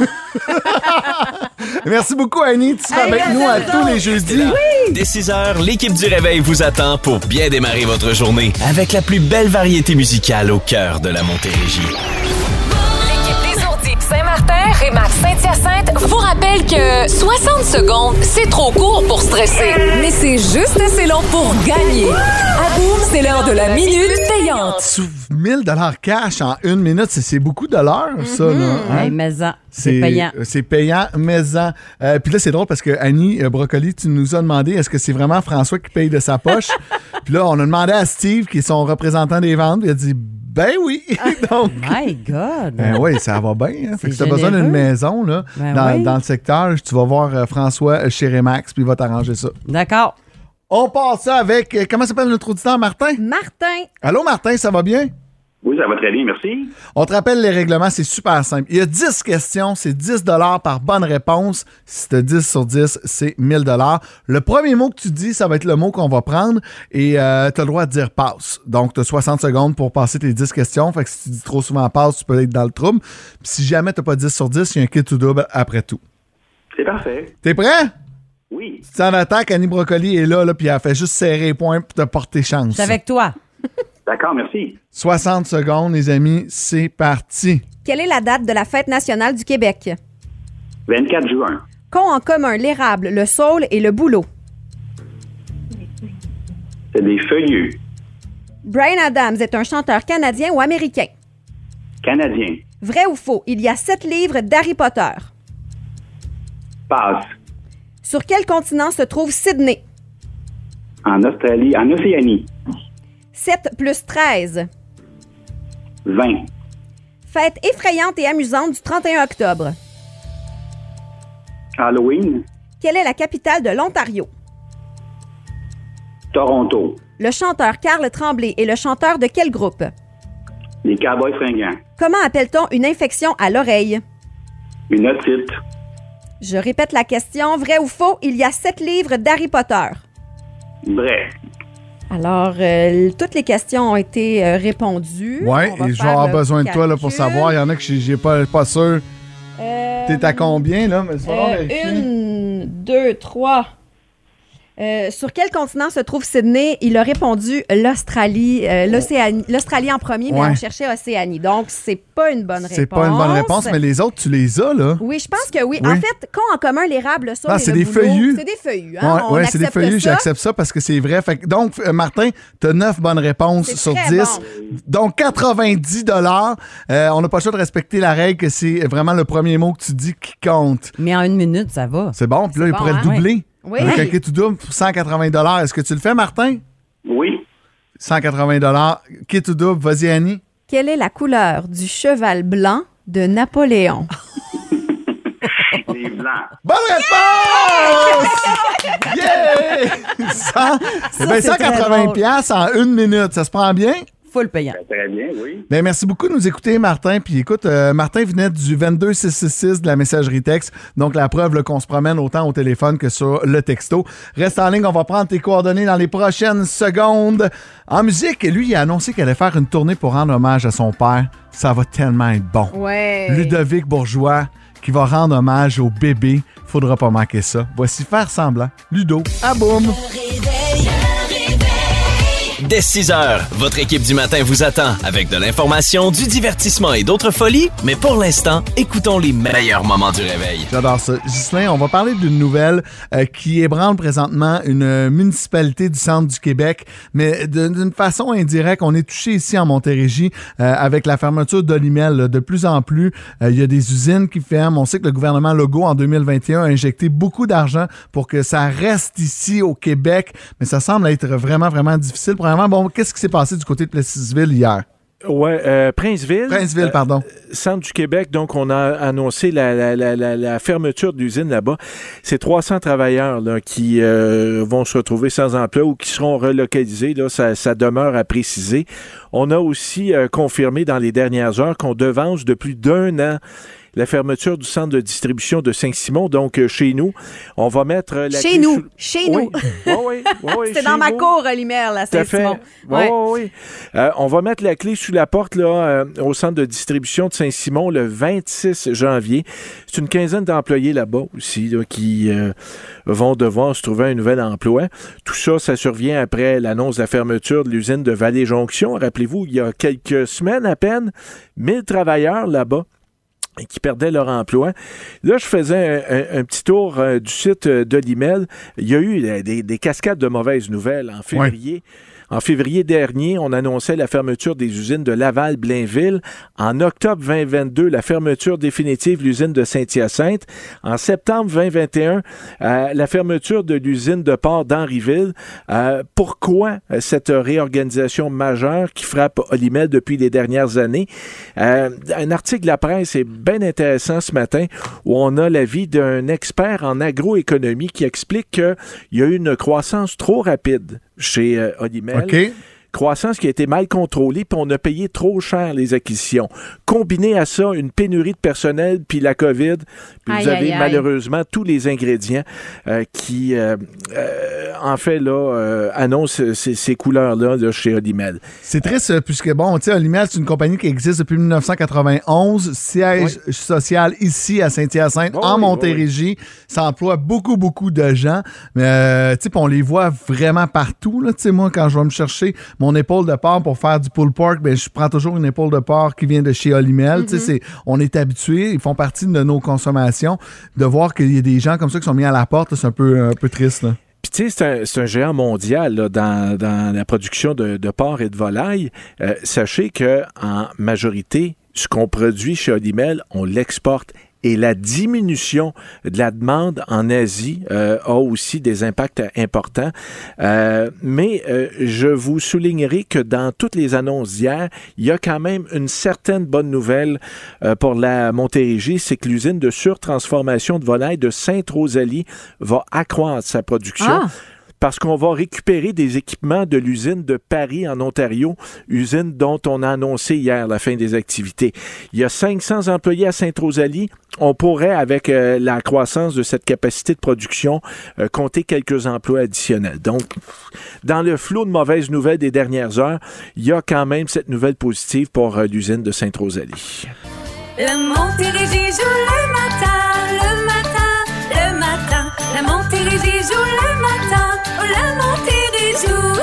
Speaker 3: Merci beaucoup, Annie. Tu seras
Speaker 10: Hey,
Speaker 3: avec nous à
Speaker 10: merci
Speaker 3: tous
Speaker 10: donc.
Speaker 3: les jeudis.
Speaker 6: Dès six heures, l'équipe du Réveil vous attend pour bien démarrer votre journée avec la plus belle variété musicale au cœur de la Montérégie.
Speaker 2: L'équipe des Ourdis de Saint-Martin, Rémax, Saint-Hyacinthe vous rappelle que soixante secondes, c'est trop court pour stresser. Mais c'est juste assez long pour gagner. À Boom, c'est l'heure de la minute payante.
Speaker 3: Sous mille dollars cash en une minute, c'est c'est beaucoup de l'heure, ça. Là, hein?
Speaker 10: Hey, mais en, c'est payant.
Speaker 3: C'est payant, mais en. Euh, Puis là, c'est drôle parce que Annie euh, Brocoli, tu nous as demandé est-ce que c'est vraiment François qui paye de sa poche? Puis là, on a demandé à Steve, qui est son représentant des ventes, puis il a dit ben oui. Donc,
Speaker 10: My God!
Speaker 3: ben oui, ça va bien. Hein? Fait que si
Speaker 10: C'est
Speaker 3: tu as besoin d'une
Speaker 10: généreux.
Speaker 3: maison là,
Speaker 10: Ben
Speaker 3: dans,
Speaker 10: oui.
Speaker 3: dans le secteur, tu vas voir euh, François chez Remax, puis il va t'arranger ça.
Speaker 10: D'accord.
Speaker 3: On passe ça avec, euh, comment s'appelle notre auditeur, Martin?
Speaker 4: Martin.
Speaker 3: Allô, Martin, ça va bien?
Speaker 11: Oui, ça va très bien, merci.
Speaker 3: On te rappelle les règlements, c'est super simple. Il y a dix questions, c'est dix dollars par bonne réponse. Si tu as dix sur dix, c'est mille dollars. Le premier mot que tu dis, ça va être le mot qu'on va prendre et euh, tu as le droit de dire passe. Donc, tu as soixante secondes pour passer tes dix questions. Fait que si tu dis trop souvent passe, tu peux être dans le trouble. Puis si jamais tu n'as pas dix sur dix, il y a un kit ou double après tout.
Speaker 11: C'est parfait.
Speaker 3: T'es prêt?
Speaker 11: Oui.
Speaker 3: Tu t'en attaques, Annie Brocoli est là, là puis elle fait juste serrer les poings pour te porter chance.
Speaker 10: C'est avec toi.
Speaker 11: D'accord, merci.
Speaker 3: soixante secondes, les amis, c'est parti.
Speaker 4: Quelle est la date de la fête nationale du Québec?
Speaker 11: vingt-quatre juin.
Speaker 4: Qu'ont en commun l'érable, le saule et le bouleau?
Speaker 11: C'est des feuillus.
Speaker 4: Bryan Adams est un chanteur canadien ou américain?
Speaker 11: Canadiens.
Speaker 4: Vrai ou faux? Il y a sept livres d'Harry Potter.
Speaker 11: Passe.
Speaker 4: Sur quel continent se trouve Sydney?
Speaker 11: En Australie, en Océanie.
Speaker 4: sept plus treize.
Speaker 11: vingt.
Speaker 4: Fête effrayante et amusante du trente et un octobre.
Speaker 11: Halloween.
Speaker 4: Quelle est la capitale de l'Ontario?
Speaker 11: Toronto.
Speaker 4: Le chanteur Carl Tremblay est le chanteur de quel groupe?
Speaker 11: Les Cowboys fringants.
Speaker 4: Comment appelle-t-on une infection à l'oreille?
Speaker 11: Une otite.
Speaker 4: Je répète la question. Vrai ou faux, il y a sept livres d'Harry Potter.
Speaker 11: Vrai.
Speaker 4: Alors, euh, toutes les questions ont été euh, répondues.
Speaker 3: Oui,
Speaker 4: On va
Speaker 3: et je vais
Speaker 4: faire
Speaker 3: avoir
Speaker 4: le
Speaker 3: besoin de toi là,
Speaker 4: calcul.
Speaker 3: pour savoir. Il y en a que j'ai pas, pas sûr.
Speaker 4: Euh,
Speaker 3: T'es à combien, là? Mais c'est
Speaker 4: euh, une, deux, trois. Euh, sur quel continent se trouve Sydney? Il a répondu l'Australie, euh, l'Océanie, l'Australie en premier, mais
Speaker 3: Ouais.
Speaker 4: on cherchait Océanie. Donc, c'est pas une bonne réponse.
Speaker 3: C'est pas une bonne réponse, mais les autres, tu les as, là?
Speaker 4: Oui, je pense que oui.
Speaker 3: Oui.
Speaker 4: En fait, qu'ont en commun l'érable, ça,
Speaker 3: Non,
Speaker 4: et
Speaker 3: c'est
Speaker 4: le
Speaker 3: des
Speaker 4: bouleau?
Speaker 3: feuillus.
Speaker 4: C'est des feuillus, hein?
Speaker 3: Ouais,
Speaker 4: On
Speaker 3: ouais, c'est des
Speaker 4: accepte
Speaker 3: feuillus,
Speaker 4: ça.
Speaker 3: j'accepte ça parce que c'est vrai. Fait que donc, euh, Martin, t'as neuf bonnes réponses
Speaker 4: C'est
Speaker 3: sur
Speaker 4: très
Speaker 3: dix. Donc, quatre-vingt-dix dollars. Euh, on n'a pas le choix de respecter la règle que c'est vraiment le premier mot que tu dis qui compte.
Speaker 10: Mais en une minute, ça va.
Speaker 3: C'est bon, puis là,
Speaker 4: C'est
Speaker 3: il
Speaker 4: bon,
Speaker 3: pourrait
Speaker 4: hein?
Speaker 3: le doubler.
Speaker 4: Oui.
Speaker 3: Avec un kit tout double pour cent quatre-vingts dollars. Est-ce que tu le fais, Martin?
Speaker 11: Oui.
Speaker 3: cent quatre-vingts dollars. Kit tout double. Vas-y, Annie.
Speaker 4: Quelle est la couleur du cheval blanc de Napoléon?
Speaker 11: Les blancs.
Speaker 3: Bonne réponse! Yeah! cent, eh ben,
Speaker 10: c'est
Speaker 3: cent quatre-vingts
Speaker 10: très drôle.
Speaker 3: piastres en une minute. Ça se prend bien?
Speaker 10: Full payant.
Speaker 11: Très bien, oui.
Speaker 3: Ben, merci beaucoup de nous écouter, Martin. Puis écoute, euh, Martin venait du vingt-deux six cent soixante-six de la messagerie texte. Donc, la preuve là, qu'on se promène autant au téléphone que sur le texto. Reste en ligne, on va prendre tes coordonnées dans les prochaines secondes. En musique, lui, il a annoncé qu'il allait faire une tournée pour rendre hommage à son père. Ça va tellement être bon.
Speaker 4: Ouais.
Speaker 3: Ludovic Bourgeois qui va rendre hommage au bébé. Faudra pas manquer ça. Voici Faire semblant. Ludo. Ah boum!
Speaker 6: Dès six heures, votre équipe du matin vous attend avec de l'information, du divertissement et d'autres folies. Mais pour l'instant, écoutons les meilleurs moments du réveil.
Speaker 3: J'adore ça. Ghislain, on va parler d'une nouvelle euh, qui ébranle présentement une euh, municipalité du centre du Québec, mais de- d'une façon indirecte. On est touché ici en Montérégie euh, avec la fermeture d'Olimel. Là. De plus en plus, euh, il y a des usines qui ferment. On sait que le gouvernement Legault, en deux mille vingt et un, a injecté beaucoup d'argent pour que ça reste ici au Québec, mais ça semble être vraiment, vraiment difficile. Premièrement, bon, qu'est-ce qui s'est passé du côté de Plessisville hier?
Speaker 5: Oui, euh, Princeville.
Speaker 3: Princeville, pardon.
Speaker 5: Euh, Centre du Québec, donc on a annoncé la, la, la, la, la fermeture de l'usine là-bas. C'est trois cents travailleurs là, qui euh, vont se retrouver sans emploi ou qui seront relocalisés. Là, ça, ça demeure à préciser. On a aussi euh, confirmé dans les dernières heures qu'on devance de plus d'un an la fermeture du centre de distribution de Saint-Simon. Donc, euh, chez nous, on va mettre euh, la
Speaker 4: Chez
Speaker 5: clé
Speaker 4: nous.
Speaker 5: sous-
Speaker 4: Chez
Speaker 5: Oui.
Speaker 4: nous.
Speaker 5: Oui, oui, oui, oui,
Speaker 4: C'est
Speaker 5: chez
Speaker 4: dans ma
Speaker 5: vous.
Speaker 4: cour, Olimel, à
Speaker 5: Tout à fait.
Speaker 4: Saint-Simon.
Speaker 5: Oui,
Speaker 4: Ouais.
Speaker 5: oui, oui. Euh, on va mettre la clé sous la porte là, euh, au centre de distribution de Saint-Simon le vingt-six janvier. C'est une quinzaine d'employés là-bas aussi là, qui euh, vont devoir se trouver un nouvel emploi. Tout ça, ça survient après l'annonce de la fermeture de l'usine de Vallée-Jonction. Rappelez-vous, il y a quelques semaines à peine, mille travailleurs là-bas qui perdaient leur emploi. Là, je faisais un, un- un petit tour euh, du site euh, de l'I M E L. Il y a eu euh, des, des cascades de mauvaises nouvelles en février. En février dernier, on annonçait la fermeture des usines de Laval-Blainville. En octobre vingt vingt-deux, la fermeture définitive de l'usine de Saint-Hyacinthe. En septembre vingt vingt et un, euh, la fermeture de l'usine de Port d'Henryville. Euh, pourquoi euh, cette réorganisation majeure qui frappe Olimel depuis les dernières années? Euh, un article de la presse est bien intéressant ce matin où on a l'avis d'un expert en agroéconomie qui explique qu'il y a eu une croissance trop rapide chez euh, Olimel.
Speaker 3: OK.
Speaker 5: Croissance qui a été mal contrôlée, puis on a payé trop cher les acquisitions. Combiné à ça, une pénurie de personnel, puis la COVID, puis
Speaker 4: Aïe,
Speaker 5: vous avez
Speaker 4: aïe, aïe.
Speaker 5: malheureusement tous les ingrédients euh, qui, euh, euh, en fait, là, euh, annoncent ces, ces couleurs-là là, chez Olimel.
Speaker 3: C'est triste euh, puisque, bon, tu sais, Olimel, c'est une compagnie qui existe depuis dix-neuf cent quatre-vingt-onze, siège social ici à Saint-Hyacinthe,
Speaker 5: Oui,
Speaker 3: en
Speaker 5: oui,
Speaker 3: Montérégie. Ça emploie beaucoup, beaucoup de gens. Mais, euh, tu sais, puis on les voit vraiment partout. Là. Tu sais, moi, quand je vais me chercher mon épaule de porc pour faire du pulled pork, ben, je prends toujours une épaule de porc qui vient de chez Olimel. Tu sais, c'est- on est habitués, ils font partie de nos consommations. De voir qu'il y a des gens comme ça qui sont mis à la porte, là, c'est un peu, un peu triste. Là.
Speaker 5: Puis, tu sais, c'est un, c'est un géant mondial là, dans, dans la production de, de porc et de volaille. Euh, sachez qu'en majorité, ce qu'on produit chez Olimel, on l'exporte et la diminution de la demande en Asie euh, a aussi des impacts importants. Euh, mais euh, je vous soulignerai que dans toutes les annonces d'hier, il y a quand même une certaine bonne nouvelle euh, pour la Montérégie, c'est que l'usine de surtransformation de volailles de Sainte-Rosalie va accroître sa production.
Speaker 4: Ah.
Speaker 5: Parce qu'on va récupérer des équipements de l'usine de Paris en Ontario, usine dont on a annoncé hier la fin des activités. Il y a cinq cents employés à Sainte-Rosalie. On pourrait, avec euh, la croissance de cette capacité de production, euh, compter quelques emplois additionnels. Donc, dans le flot de mauvaises nouvelles des dernières heures, il y a quand même cette nouvelle positive pour euh, l'usine de Sainte-Rosalie.
Speaker 1: La Montérégie joue le matin, le matin, le matin. La Montérégie joue le matin, la Montérégie joue.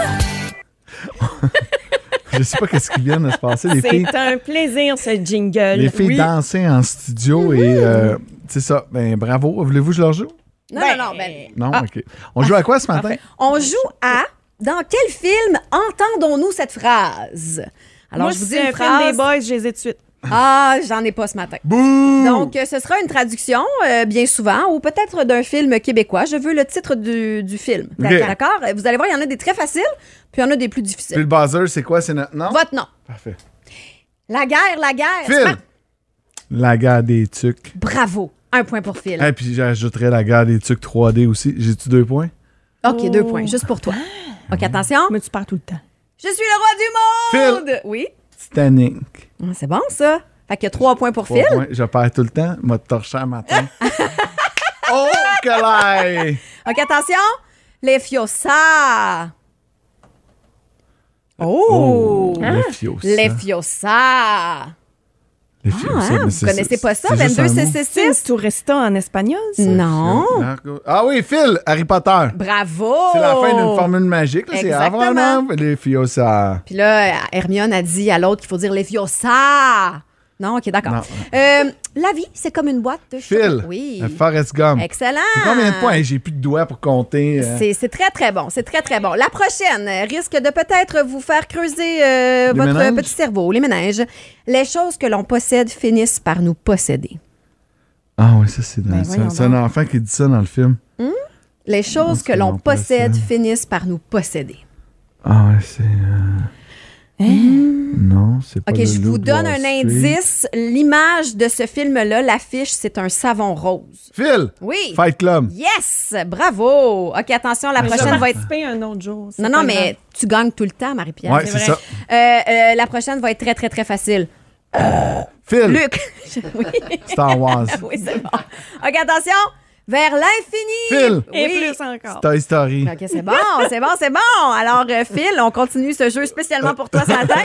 Speaker 3: Je sais pas qu'est-ce qui vient de se passer. Les
Speaker 12: C'est
Speaker 3: filles,
Speaker 12: un plaisir, ce jingle.
Speaker 3: les filles
Speaker 12: Oui.
Speaker 3: dansaient en studio et euh, c'est ça. Ben bravo. Voulez-vous que je leur joue?
Speaker 4: Non,
Speaker 12: Ben,
Speaker 4: non, non. Ben,
Speaker 3: Non?
Speaker 4: Ah.
Speaker 3: OK. On joue à quoi ce matin?
Speaker 4: on joue à dans quel film entendons-nous cette phrase? Alors,
Speaker 12: Moi,
Speaker 4: je vous dis
Speaker 12: c'est
Speaker 4: une
Speaker 12: un
Speaker 4: phrase.
Speaker 12: film des boys, je les ai de suite.
Speaker 4: Ah, j'en ai pas ce matin.
Speaker 3: Bouh!
Speaker 4: Donc, euh, ce sera une traduction, euh, bien souvent, ou peut-être d'un film québécois. Je veux le titre du, du film.
Speaker 3: Ok.
Speaker 4: D'accord? Vous allez voir, il y en a des très faciles, puis il y en a des plus
Speaker 3: Puis
Speaker 4: difficiles.
Speaker 3: le buzzer, c'est quoi? C'est notre nom?
Speaker 4: Votre nom.
Speaker 3: Parfait.
Speaker 4: La guerre, la guerre.
Speaker 3: Phil!
Speaker 4: Smart.
Speaker 3: La guerre des tucs.
Speaker 4: Bravo. Un point pour Phil.
Speaker 3: Et puis j'ajouterais la guerre des tucs trois D aussi. J'ai-tu deux points?
Speaker 4: OK, deux points, juste pour toi. OK, attention.
Speaker 12: Mais tu parles tout le temps.
Speaker 4: Je suis le roi du monde! Oui.
Speaker 3: Titanic.
Speaker 4: Ah, c'est bon, ça. Fait qu'il y a trois points pour
Speaker 3: Trois
Speaker 4: Phil.
Speaker 3: points. Je perds tout le temps. M'a torché un matin. Oh, que l'ail!
Speaker 4: OK, attention. Les Fiossa. Oh!
Speaker 3: Les Fiossa.
Speaker 4: Les Fiossa.
Speaker 3: Les
Speaker 4: Ah,
Speaker 3: Fiossa,
Speaker 4: hein,
Speaker 3: mais
Speaker 4: vous
Speaker 3: c'est-
Speaker 4: connaissez pas
Speaker 3: c'est
Speaker 4: ça?
Speaker 3: juste un
Speaker 4: vingt-deux
Speaker 3: mot.
Speaker 4: C C
Speaker 12: C'est
Speaker 4: six?
Speaker 12: Tourista en espagnol, ça?
Speaker 4: Non.
Speaker 3: Marco- Ah oui, Phil, Harry Potter.
Speaker 4: Bravo!
Speaker 3: C'est la fin d'une formule magique. Là. C'est
Speaker 4: Exactement.
Speaker 3: avant les Fiossa.
Speaker 4: Puis là, Hermione a dit à l'autre qu'il faut dire les Fiossa. Non, OK, d'accord.
Speaker 3: Non.
Speaker 4: Euh, la vie, c'est comme une boîte de
Speaker 3: Phil,
Speaker 4: chocolat. Oui.
Speaker 3: euh, Forrest Gump.
Speaker 4: Excellent.
Speaker 3: Combien de points? Hey, j'ai plus de doigts pour compter. euh.
Speaker 4: C'est c'est très, très bon. C'est très, très bon. La prochaine euh, risque de peut-être vous faire creuser euh,
Speaker 3: Les
Speaker 4: votre
Speaker 3: méninges?
Speaker 4: petit cerveau, les méninges. Les choses que l'on possède finissent par nous posséder.
Speaker 3: Ah oui, ça, c'est dans
Speaker 12: Ben,
Speaker 3: ça.
Speaker 12: voyons
Speaker 3: C'est un
Speaker 12: donc.
Speaker 3: enfant qui dit ça dans le film.
Speaker 4: Les choses que l'on possède
Speaker 3: possède.
Speaker 4: finissent par nous posséder.
Speaker 3: Ah ouais, c'est... euh, Non, c'est pas
Speaker 4: OK,
Speaker 3: le
Speaker 4: je
Speaker 3: loup
Speaker 4: vous
Speaker 3: de
Speaker 4: donne
Speaker 3: Wall
Speaker 4: un
Speaker 3: Street.
Speaker 4: indice. L'image de ce film-là, l'affiche, c'est un savon rose.
Speaker 3: Phil!
Speaker 4: Oui.
Speaker 3: Fight Club.
Speaker 4: Yes! Bravo! OK, attention, la
Speaker 12: Mais je vais
Speaker 4: prochaine va être...
Speaker 12: participer un autre jour. c'est
Speaker 4: Non,
Speaker 12: pas
Speaker 4: non, mais
Speaker 12: grave.
Speaker 4: tu gagnes tout le temps, Marie-Pierre.
Speaker 3: Ouais, c'est
Speaker 12: vrai.
Speaker 3: ça.
Speaker 4: Euh, euh, la prochaine va être très, très, très facile.
Speaker 3: Phil!
Speaker 4: Luc! oui.
Speaker 3: Star Wars.
Speaker 4: oui, c'est bon. OK, attention! Vers l'infini!
Speaker 3: Phil!
Speaker 12: Et
Speaker 4: Oui.
Speaker 12: plus encore.
Speaker 3: Toy Story.
Speaker 4: OK, c'est bon, c'est bon, c'est bon. Alors, euh, Phil, on continue ce jeu spécialement pour toi ce matin.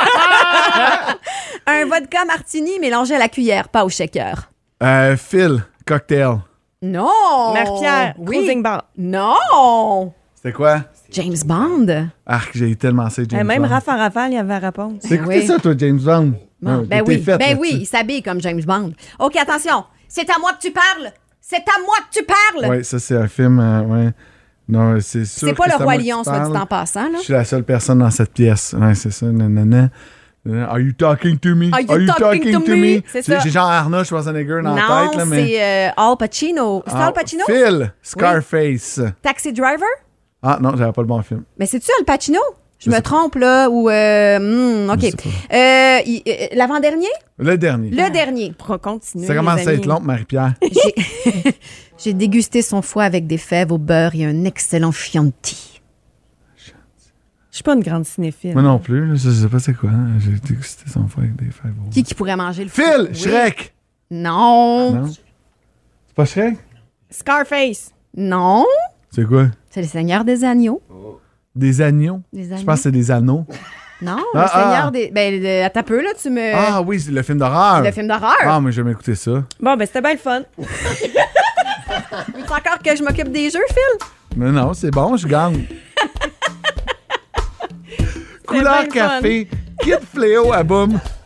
Speaker 4: Un vodka martini mélangé à la cuillère, pas au shaker.
Speaker 3: Euh, Phil, Cocktail.
Speaker 4: Non!
Speaker 12: Marie-Pierre,
Speaker 4: oui.
Speaker 12: Cruising Bar.
Speaker 4: Non!
Speaker 3: C'était quoi?
Speaker 4: James Bond.
Speaker 3: Arc, j'ai tellement assez James
Speaker 12: Eh, même
Speaker 3: Bond.
Speaker 12: Raph en rafale, il y avait la réponse.
Speaker 3: C'est écouté
Speaker 4: oui.
Speaker 3: ça, toi, James Bond?
Speaker 4: Bon,
Speaker 3: Ouais,
Speaker 4: ben
Speaker 3: t'es
Speaker 4: oui,
Speaker 3: faite
Speaker 4: ben
Speaker 3: là-dessus.
Speaker 4: oui, il s'habille comme James Bond. OK, attention. C'est à moi que tu parles. C'est à moi que tu parles.
Speaker 3: Ouais, ça, c'est un film, euh, ouais. Non, c'est sûr
Speaker 4: c'est pas
Speaker 3: que
Speaker 4: le
Speaker 3: à
Speaker 4: Roi
Speaker 3: moi que tu
Speaker 4: Lion, soit dit
Speaker 3: parles.
Speaker 4: en passant. Là.
Speaker 3: Je suis la seule personne dans cette pièce. Ouais, c'est ça, nanana. Are you talking to me?
Speaker 4: Are you talking to me? C'est ça.
Speaker 3: J'ai genre Arnold Schwarzenegger dans
Speaker 4: non,
Speaker 3: la tête, là, mais...
Speaker 4: c'est euh, Al Pacino. C'est
Speaker 3: Ah,
Speaker 4: Al Pacino?
Speaker 3: Phil, Scarface.
Speaker 4: Taxi Driver?
Speaker 3: Ah non, j'avais pas le bon film.
Speaker 4: Mais c'est-tu Al Pacino? Je,
Speaker 3: Je
Speaker 4: me
Speaker 3: sais
Speaker 4: trompe, là, ou... Euh, hmm, OK.
Speaker 3: Je sais pas.
Speaker 4: Euh, il- euh, L'avant-dernier?
Speaker 3: Le dernier.
Speaker 4: Le dernier.
Speaker 12: Pour continuer.
Speaker 3: Ça
Speaker 12: les
Speaker 3: commence à
Speaker 12: amis.
Speaker 3: être long, Marie-Pierre.
Speaker 4: J'ai- J'ai dégusté son foie avec des fèves au beurre et un excellent Chianti.
Speaker 12: Je suis pas une grande cinéphile.
Speaker 3: Moi non plus, là, je sais pas c'est quoi. hein. J'ai dégusté son foie avec des fèves.
Speaker 4: Qui qui pourrait manger le
Speaker 3: Phil,
Speaker 4: Oui.
Speaker 3: Shrek.
Speaker 4: Non.
Speaker 3: Non? C'est pas Shrek?
Speaker 12: Scarface.
Speaker 4: Non.
Speaker 3: C'est quoi?
Speaker 4: C'est le Seigneur des Agneaux.
Speaker 3: Des agneaux?
Speaker 4: Des
Speaker 3: Je
Speaker 4: agneaux.
Speaker 3: pense que c'est des anneaux.
Speaker 4: Non,
Speaker 3: Ah,
Speaker 4: le Seigneur
Speaker 3: ah.
Speaker 4: des... Ben, le- attends un peu, là, tu me...
Speaker 3: Ah oui, c'est le film d'horreur.
Speaker 4: Le film d'horreur.
Speaker 3: Ah, mais j'ai jamais écouté ça.
Speaker 12: Bon, ben c'était bien le fun.
Speaker 4: Veux-tu encore que je m'occupe des jeux, Phil?
Speaker 3: Mais non, c'est bon, je gagne. Couleur
Speaker 12: bien le fun.
Speaker 3: café, Kid Fléau à boum.